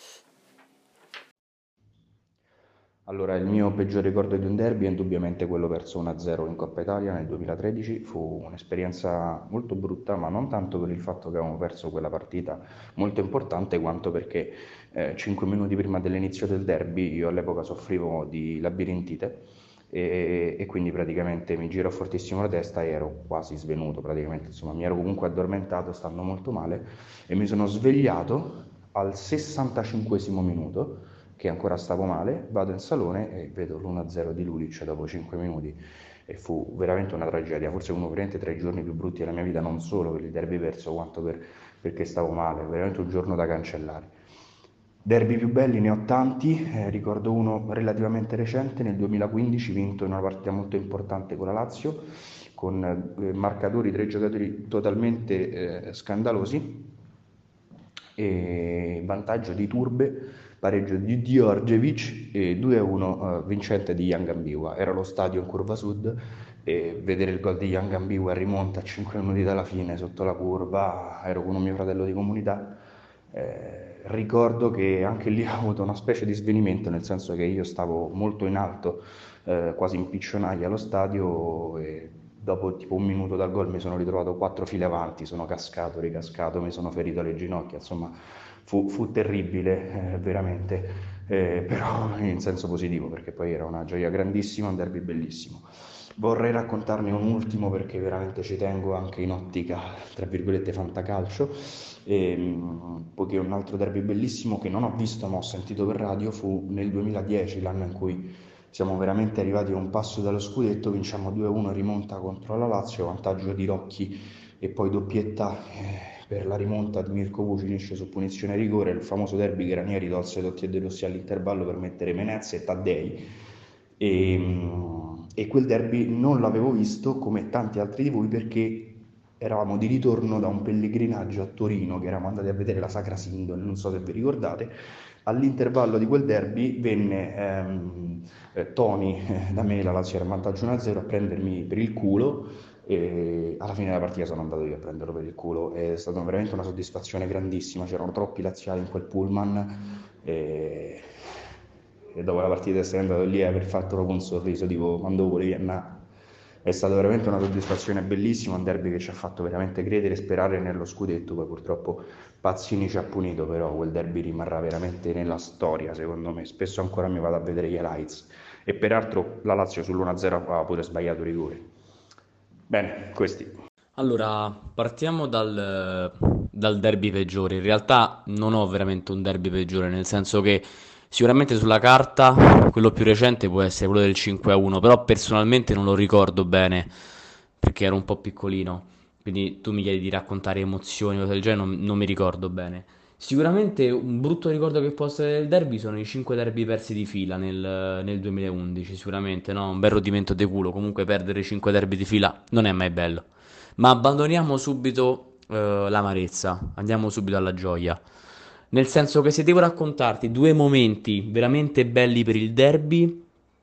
Allora, il mio peggior ricordo di un derby è indubbiamente quello perso 1-0 in Coppa Italia nel 2013. Fu un'esperienza molto brutta, ma non tanto per il fatto che avevamo perso quella partita molto importante, quanto perché 5 minuti prima dell'inizio del derby io all'epoca soffrivo di labirintite e quindi praticamente mi girò fortissimo la testa e ero quasi svenuto, praticamente, insomma, mi ero comunque addormentato stando molto male e mi sono svegliato al 65esimo minuto, che ancora stavo male, vado in salone e vedo l'1-0 di Lulic dopo 5 minuti e fu veramente una tragedia, forse uno veramente tra i giorni più brutti della mia vita, non solo per il derby perso, quanto perché stavo male, veramente un giorno da cancellare. Derby più belli ne ho tanti, ricordo uno relativamente recente, nel 2015, vinto in una partita molto importante con la Lazio, con marcatori, 3 giocatori totalmente scandalosi, e vantaggio di Turbe, pareggio di Djordjevic e 2-1 vincente di Young Ambiwa. Era lo stadio in curva sud e vedere il gol di Young Ambiwa rimonta a 5 minuti dalla fine sotto la curva, ero con un mio fratello di comunità. Ricordo che anche lì ho avuto una specie di svenimento, nel senso che io stavo molto in alto, quasi in piccionaia allo stadio, e dopo tipo un minuto dal gol mi sono ritrovato 4 file avanti, sono cascato, ricascato, mi sono ferito alle ginocchia, insomma fu terribile, veramente, però in senso positivo, perché poi era una gioia grandissima, un derby bellissimo. Vorrei raccontarne un ultimo perché veramente ci tengo anche in ottica, tra virgolette, fantacalcio, poiché un altro derby bellissimo che non ho visto ma ho sentito per radio fu nel 2010, l'anno in cui siamo veramente arrivati a un passo dallo scudetto, vinciamo 2-1 rimonta contro la Lazio, vantaggio di Rocchi e poi doppietta per la rimonta di Mirko Vucinic su punizione rigore, il famoso derby che Ranieri tolse Totti e De Rossi all'intervallo per mettere Menez e Taddei. E quel derby non l'avevo visto come tanti altri di voi perché eravamo di ritorno da un pellegrinaggio a Torino, che eravamo andati a vedere la Sacra Sindone, non so se vi ricordate. All'intervallo di quel derby venne Tony da me, la Lazio era in vantaggio 1-0, a prendermi per il culo e alla fine della partita sono andato io a prenderlo per il culo. È stata veramente una soddisfazione grandissima, c'erano troppi laziali in quel pullman e dopo la partita essere andato lì e aver fatto proprio un sorriso tipo quando volevi andare. È stata veramente una soddisfazione bellissima, un derby che ci ha fatto veramente credere e sperare nello scudetto. Poi purtroppo Pazzini ci ha punito, però quel derby rimarrà veramente nella storia, secondo me. Spesso ancora mi vado a vedere gli highlights e peraltro la Lazio sull'1-0 aveva pure sbagliato i rigori. Bene, questi. Allora, partiamo dal derby peggiore. In realtà non ho veramente un derby peggiore, nel senso che sicuramente sulla carta quello più recente può essere quello del 5-1, però personalmente non lo ricordo bene perché ero un po' piccolino, quindi tu mi chiedi di raccontare emozioni o cose del genere, non mi ricordo bene. Sicuramente un brutto ricordo che posso avere del derby sono i 5 derby persi di fila nel 2011, sicuramente, no? Un bel rodimento di culo, comunque perdere 5 derby di fila non è mai bello. Ma abbandoniamo subito l'amarezza, andiamo subito alla gioia. Nel senso che se devo raccontarti due momenti veramente belli per il derby,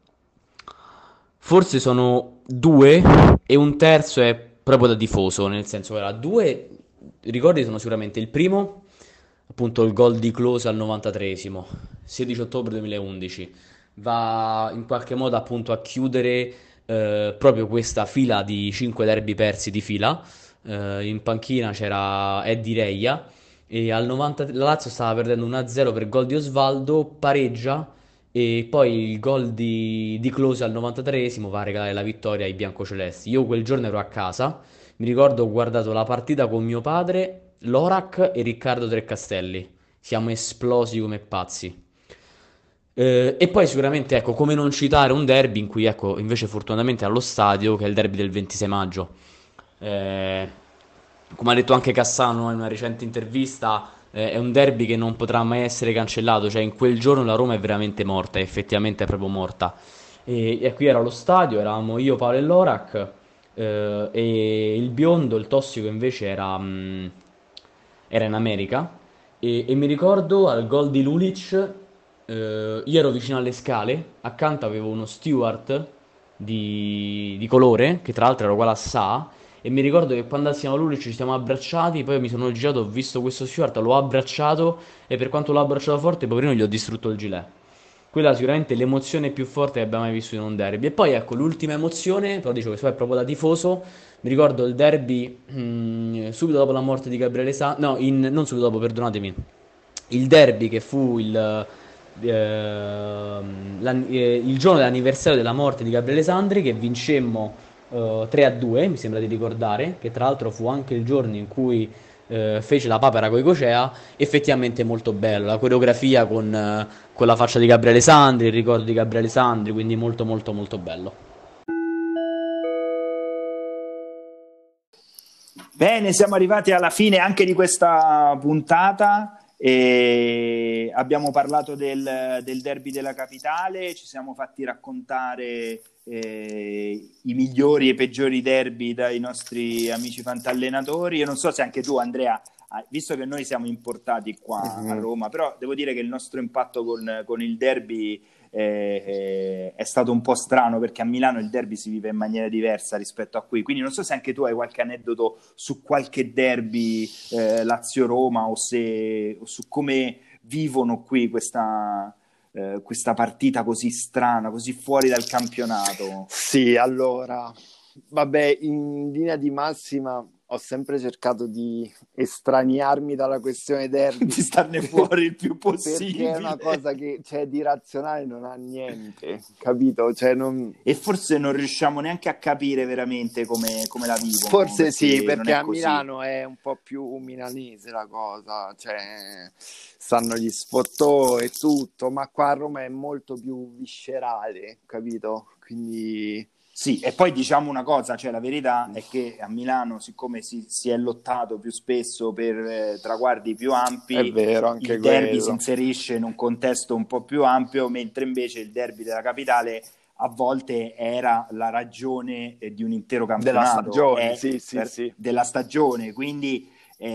forse sono due e un terzo è proprio da tifoso, nel senso che era due ricordi sono sicuramente il primo, appunto il gol di Klose al 93esimo, 16 ottobre 2011, va in qualche modo appunto a chiudere proprio questa fila di 5 derby persi di fila. In panchina c'era Eddie Reia e al 90 la Lazio stava perdendo 1-0 per gol di Osvaldo, pareggia e poi il gol di Klose al 93esimo va a regalare la vittoria ai biancocelesti. Io quel giorno ero a casa, mi ricordo ho guardato la partita con mio padre, Lorac e Riccardo Treccastelli. Siamo esplosi come pazzi. E poi sicuramente, ecco, come non citare un derby in cui, ecco, invece fortunatamente allo stadio, che è il derby del 26 maggio. Eh, Come ha detto anche Cassano in una recente intervista, è un derby che non potrà mai essere cancellato, cioè in quel giorno la Roma è veramente morta, effettivamente è proprio morta. E qui era allo stadio, eravamo io, Paolo e Lorac, e il biondo, il tossico invece era in America. E mi ricordo al gol di Lulic, io ero vicino alle scale, accanto avevo uno steward di colore, che tra l'altro era uguale a Sa, e mi ricordo che quando siamo a Lulic ci siamo abbracciati, poi mi sono girato, ho visto questo steward, l'ho abbracciato e per quanto l'ho abbracciato forte, poverino gli ho distrutto il gilet. Quella sicuramente l'emozione più forte che abbiamo mai visto in un derby. E poi ecco l'ultima emozione, però dicevo che questo è proprio da tifoso. Mi ricordo il derby subito dopo la morte di Gabriele Sandri. No, non subito dopo, perdonatemi. Il derby che fu il giorno dell'anniversario della morte di Gabriele Sandri, che vincemmo 3-2, mi sembra di ricordare, che tra l'altro fu anche il giorno in cui fece la papera coi Cocea, effettivamente molto bello, la coreografia con la faccia di Gabriele Sandri, il ricordo di Gabriele Sandri, quindi molto molto molto bello. Bene, siamo arrivati alla fine anche di questa puntata e abbiamo parlato del derby della capitale, ci siamo fatti raccontare i migliori e i peggiori derby dai nostri amici fantallenatori. Io non so se anche tu, Andrea, visto che noi siamo importati qua a Roma, però devo dire che il nostro impatto con il derby è stato un po' strano, perché a Milano il derby si vive in maniera diversa rispetto a qui, quindi non so se anche tu hai qualche aneddoto su qualche derby Lazio-Roma o su come vivono qui questa partita così strana, così fuori dal campionato. Sì, allora, vabbè, in linea di massima ho sempre cercato di estraniarmi dalla questione derby, di starne fuori il più possibile, perché è una cosa che di razionale non ha niente, capito? E forse non riusciamo neanche a capire veramente come la vivono. Forse sì, perché a Milano è un po' più milanese la cosa, stanno gli sfottò e tutto, ma qua a Roma è molto più viscerale, capito? Quindi sì, e poi diciamo una cosa, la verità è che a Milano, siccome si è lottato più spesso per traguardi più ampi, è vero, anche il derby si inserisce in un contesto un po' più ampio, mentre invece il derby della capitale a volte era la ragione di un intero campionato. Della stagione, sì. Della stagione, quindi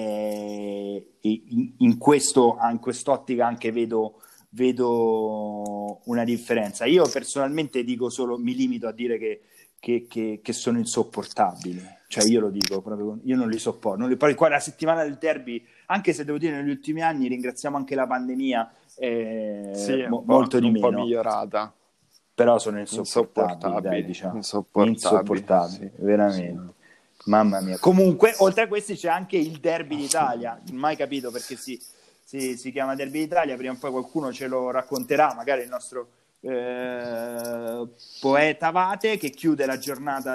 in quest'ottica anche vedo una differenza. Io personalmente mi limito a dire che sono insopportabili, io lo dico proprio, io non li sopporto. Poi qua la settimana del derby, anche se devo dire negli ultimi anni, ringraziamo anche la pandemia, molto di meno, un po' migliorata, però sono insopportabili, dai, diciamo. Insopportabili, sì, veramente. Sì. Mamma mia. Comunque, oltre a questi c'è anche il derby d'Italia, mai capito perché si chiama Derby d'Italia, prima o poi qualcuno ce lo racconterà, magari il nostro poeta Vate, che chiude la giornata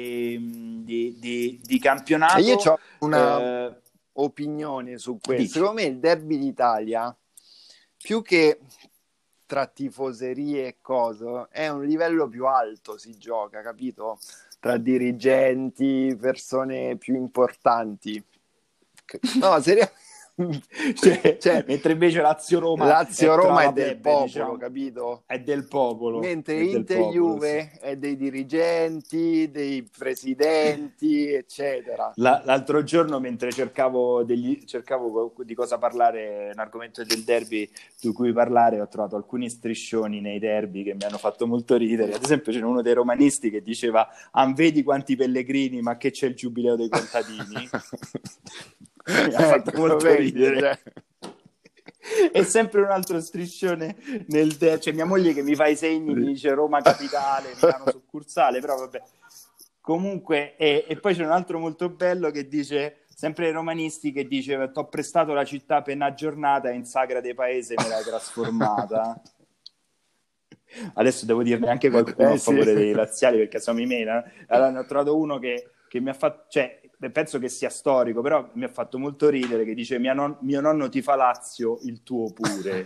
di campionato. Io ho una opinione su questo. Dici. Secondo me il Derby d'Italia, più che tra tifoserie e cose, è un livello più alto, si gioca, capito? Tra dirigenti, persone più importanti. No, seriamente. Cioè, mentre invece Lazio-Roma Lazio-Roma è vabbè, del popolo, diciamo, capito? è del popolo. Mentre è del Inter-Juve popolo, sì. è dei dirigenti, dei presidenti, eccetera. L'altro giorno, mentre cercavo di cosa parlare, un argomento del derby di cui parlare, ho trovato alcuni striscioni nei derby che mi hanno fatto molto ridere. Ad esempio c'era uno dei romanisti che diceva: vedi quanti pellegrini, ma che c'è il giubileo dei contadini. Mi ha fatto molto ridere. E sempre un altro striscione cioè mia moglie che mi fa i segni, mi dice Roma capitale, Milano succursale, però vabbè. Comunque, e poi c'è un altro molto bello che dice, sempre ai romanisti, che dice: t'ho prestato la città per una giornata e in sagra dei paese me l'hai trasformata. Adesso devo dirne anche qualcuno a favore dei laziali, perché sono i meno. Allora ne ho trovato uno che mi ha fatto, cioè penso che sia storico, però mi ha fatto molto ridere, che dice: mio nonno tifa Lazio, il tuo pure.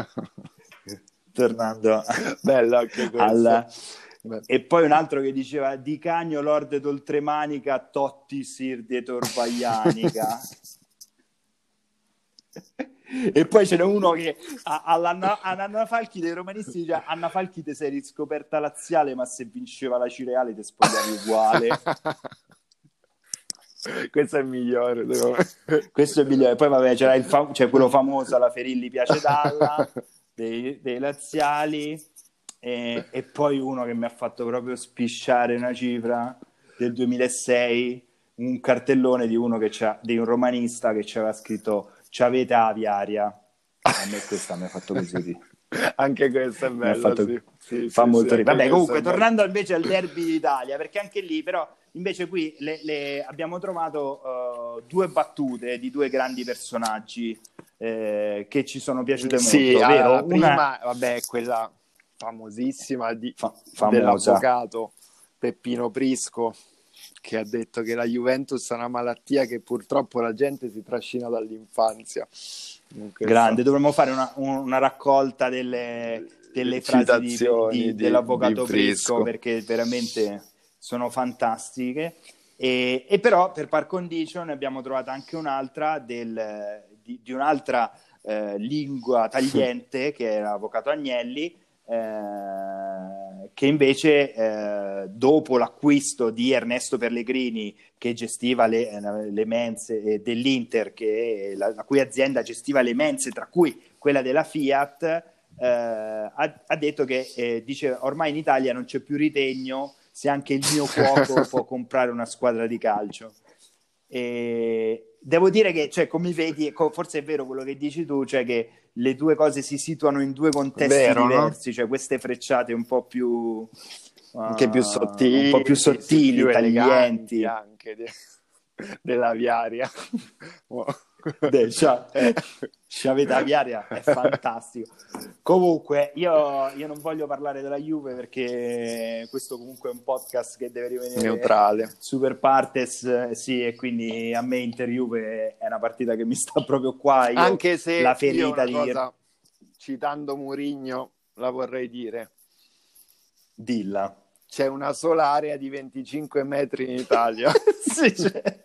Tornando bello anche questo. E poi un altro che diceva: Di Cagno Lord d'Oltremanica, Totti Sir de Torvaianica. E poi c'era uno che Anna Falchi dei romanisti dice: Anna Falchi ti sei riscoperta laziale, ma se vinceva la Cireale ti spogliavi uguale. Questo è il migliore. Questo è il migliore. Poi vabbè c'era c'è quello famoso, la Ferilli piace Dalla dei laziali, e poi uno che mi ha fatto proprio spisciare una cifra del 2006, un cartellone di un romanista che ci aveva scritto: c'avete aviaria. A me questa mi ha fatto così. Anche questo è bello, fa molto ridere. Vabbè, comunque, bello. Tornando invece al derby d'Italia, perché anche lì però invece qui abbiamo trovato due battute di due grandi personaggi che ci sono piaciute molto. Sì, ovvero la prima, vabbè, quella famosissima famosa dell'avvocato Peppino Prisco, che ha detto che la Juventus è una malattia che purtroppo la gente si trascina dall'infanzia. Grande, dovremmo fare una raccolta delle frasi dell'avvocato Prisco, perché veramente sono fantastiche. E però per par condicio ne abbiamo trovata anche un'altra di un'altra lingua tagliente, che era l'avvocato Agnelli, che invece dopo l'acquisto di Ernesto Pellegrini, che gestiva le mense dell'Inter, la cui azienda gestiva le mense, tra cui quella della Fiat, ha detto che dice: ormai in Italia non c'è più ritegno se anche il mio cuoco può comprare una squadra di calcio. E devo dire che, cioè, come vedi, forse è vero quello che dici tu, cioè che le due cose si situano in due contesti diversi, no? Cioè queste frecciate un po' più anche più sottili, un po' più sottili, più taglienti anche dell'aviaria. C'avete aviaria, è fantastico. Comunque io non voglio parlare della Juve, perché questo comunque è un podcast che deve rimanere neutrale, super partes, sì, e quindi a me Inter-Juve è una partita che mi sta proprio qua. Anche se la ferita io una cosa, citando Mourinho, la vorrei dire. Dilla. C'è una sola area di 25 metri in Italia. Sì,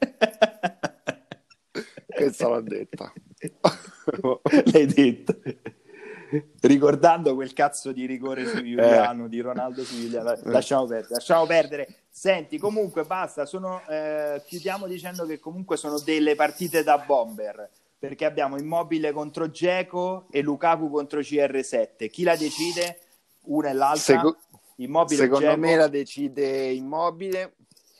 Questa l'ho detta. L'hai detto. Ricordando quel cazzo di rigore su Giuliano, di Ronaldo su Giuliano. Lasciamo perdere. Senti, comunque basta, chiudiamo dicendo che comunque sono delle partite da bomber, perché abbiamo Immobile contro Dzeko e Lukaku contro CR7. Chi la decide? Una e l'altra? Immobile, secondo Dzeko? me la decide Immobile.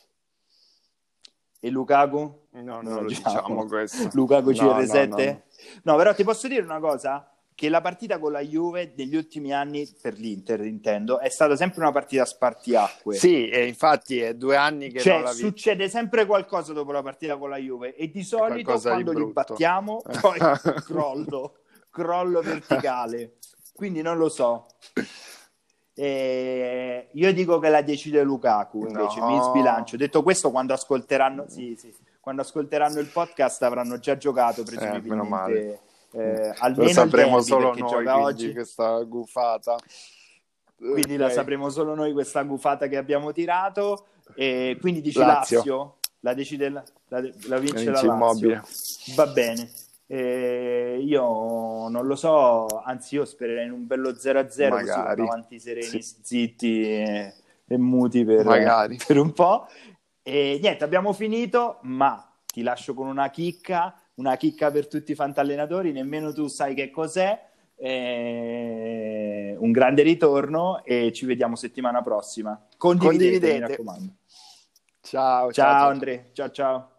E Lukaku? No, non lo diciamo questo. Lukaku CR7? No, però ti posso dire una cosa, che la partita con la Juve negli ultimi anni, per l'Inter intendo, è stata sempre una partita spartiacque. Sì, e infatti è 2 anni che non la succede sempre qualcosa dopo la partita con la Juve, e di solito quando li battiamo poi crollo verticale, quindi non lo so. Io dico che la decide Lukaku, invece mi sbilancio. Detto questo, quando ascolteranno quando ascolteranno il podcast avranno già giocato presumibilmente, meno male. Almeno lo sapremo il derby, solo noi oggi questa gufata, quindi la sapremo solo noi questa gufata che abbiamo tirato, e quindi dici Lazio la decide la vince la Lazio. Immobile. Va bene, Io non lo so, anzi io spererei in un bello 0-0, così Magari. vanno avanti sereni, Sì. zitti e muti Magari. per un po'. E niente, abbiamo finito, ma ti lascio con una chicca per tutti i fantallenatori, nemmeno tu sai che cos'è. Un grande ritorno e ci vediamo settimana prossima. Condividete, mi raccomando. Ciao Andrea, ciao.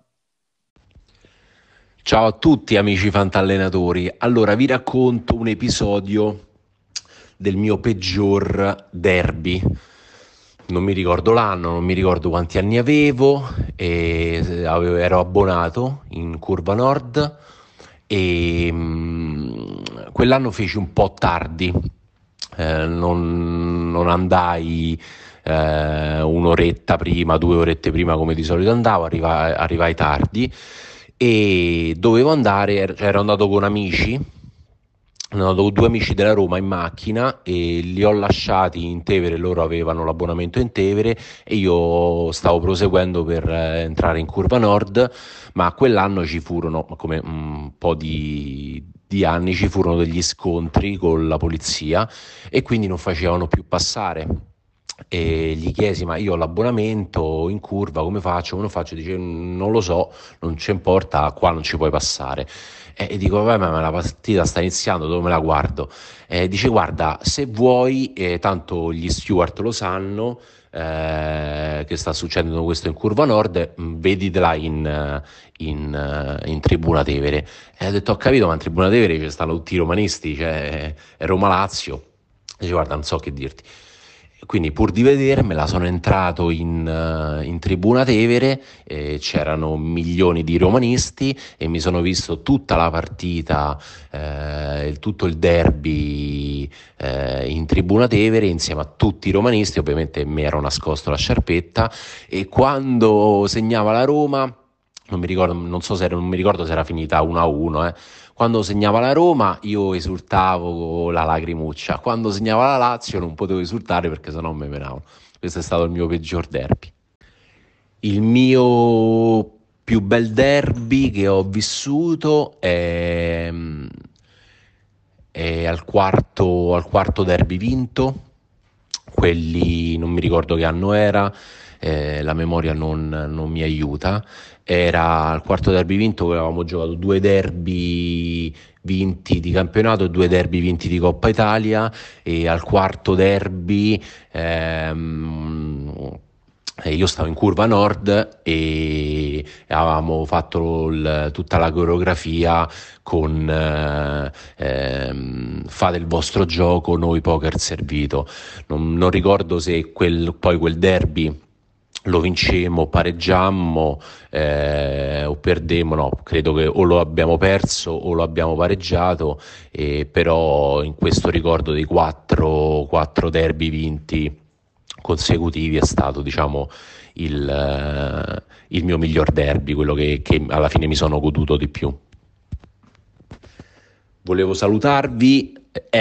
Ciao a tutti amici fantallenatori. Allora vi racconto un episodio del mio peggior derby. Non mi ricordo l'anno, non mi ricordo quanti anni avevo, ero abbonato in Curva Nord e quell'anno feci un po' tardi, non andai un'oretta prima, 2 orette prima come di solito andavo, arrivai tardi e dovevo andare, ero andato con amici. Sono andato con 2 amici della Roma in macchina e li ho lasciati in Tevere, loro avevano l'abbonamento in Tevere e io stavo proseguendo per entrare in Curva Nord, ma quell'anno ci furono, come un po' di anni, ci furono degli scontri con la polizia e quindi non facevano più passare. E gli chiesi: ma io ho l'abbonamento in curva, come faccio? Dice: non lo so, non ci importa, qua non ci puoi passare. E dico: vabbè, ma la partita sta iniziando, dove me la guardo? Dice: guarda, se vuoi, tanto gli steward lo sanno, che sta succedendo questo in Curva Nord, veditela in Tribuna Tevere. E ho detto: ho capito, ma in Tribuna Tevere ci stanno tutti i romanisti, cioè è Roma-Lazio. Dice: guarda, non so che dirti. Quindi pur di vedermela sono entrato in Tribuna Tevere, c'erano milioni di romanisti e mi sono visto tutta la partita, tutto il derby in Tribuna Tevere insieme a tutti i romanisti. Ovviamente mi ero nascosto la sciarpetta e quando segnava la Roma, non mi ricordo se era finita 1-1, Quando segnava la Roma io esultavo con la lacrimuccia, quando segnava la Lazio non potevo esultare perché sennò mi menavo. Questo è stato il mio peggior derby. Il mio più bel derby che ho vissuto è al quarto derby vinto. Quelli non mi ricordo che anno era, la memoria non mi aiuta. Era il quarto derby vinto, che avevamo giocato 2 derby vinti di campionato e 2 derby vinti di Coppa Italia, e al quarto derby io stavo in Curva Nord e avevamo fatto tutta la coreografia con fate il vostro gioco, noi poker servito. Non ricordo se poi quel derby lo vincemmo, pareggiammo o perdemmo, no, credo che o lo abbiamo perso o lo abbiamo pareggiato, però in questo ricordo dei 4 derby vinti consecutivi è stato, diciamo, il mio miglior derby, quello che alla fine mi sono goduto di più. Volevo salutarvi,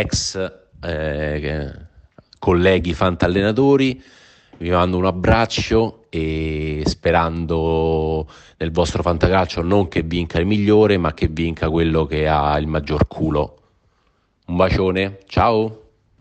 colleghi fantallenatori, vi mando un abbraccio e sperando nel vostro fantacalcio non che vinca il migliore, ma che vinca quello che ha il maggior culo. Un bacione, ciao!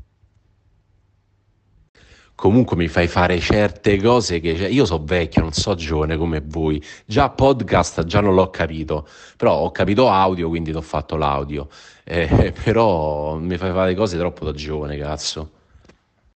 Comunque mi fai fare certe cose che io so vecchio, non so giovane come voi. Già podcast già non l'ho capito, però ho capito audio, quindi ti ho fatto l'audio. Però mi fai fare cose troppo da giovane, cazzo.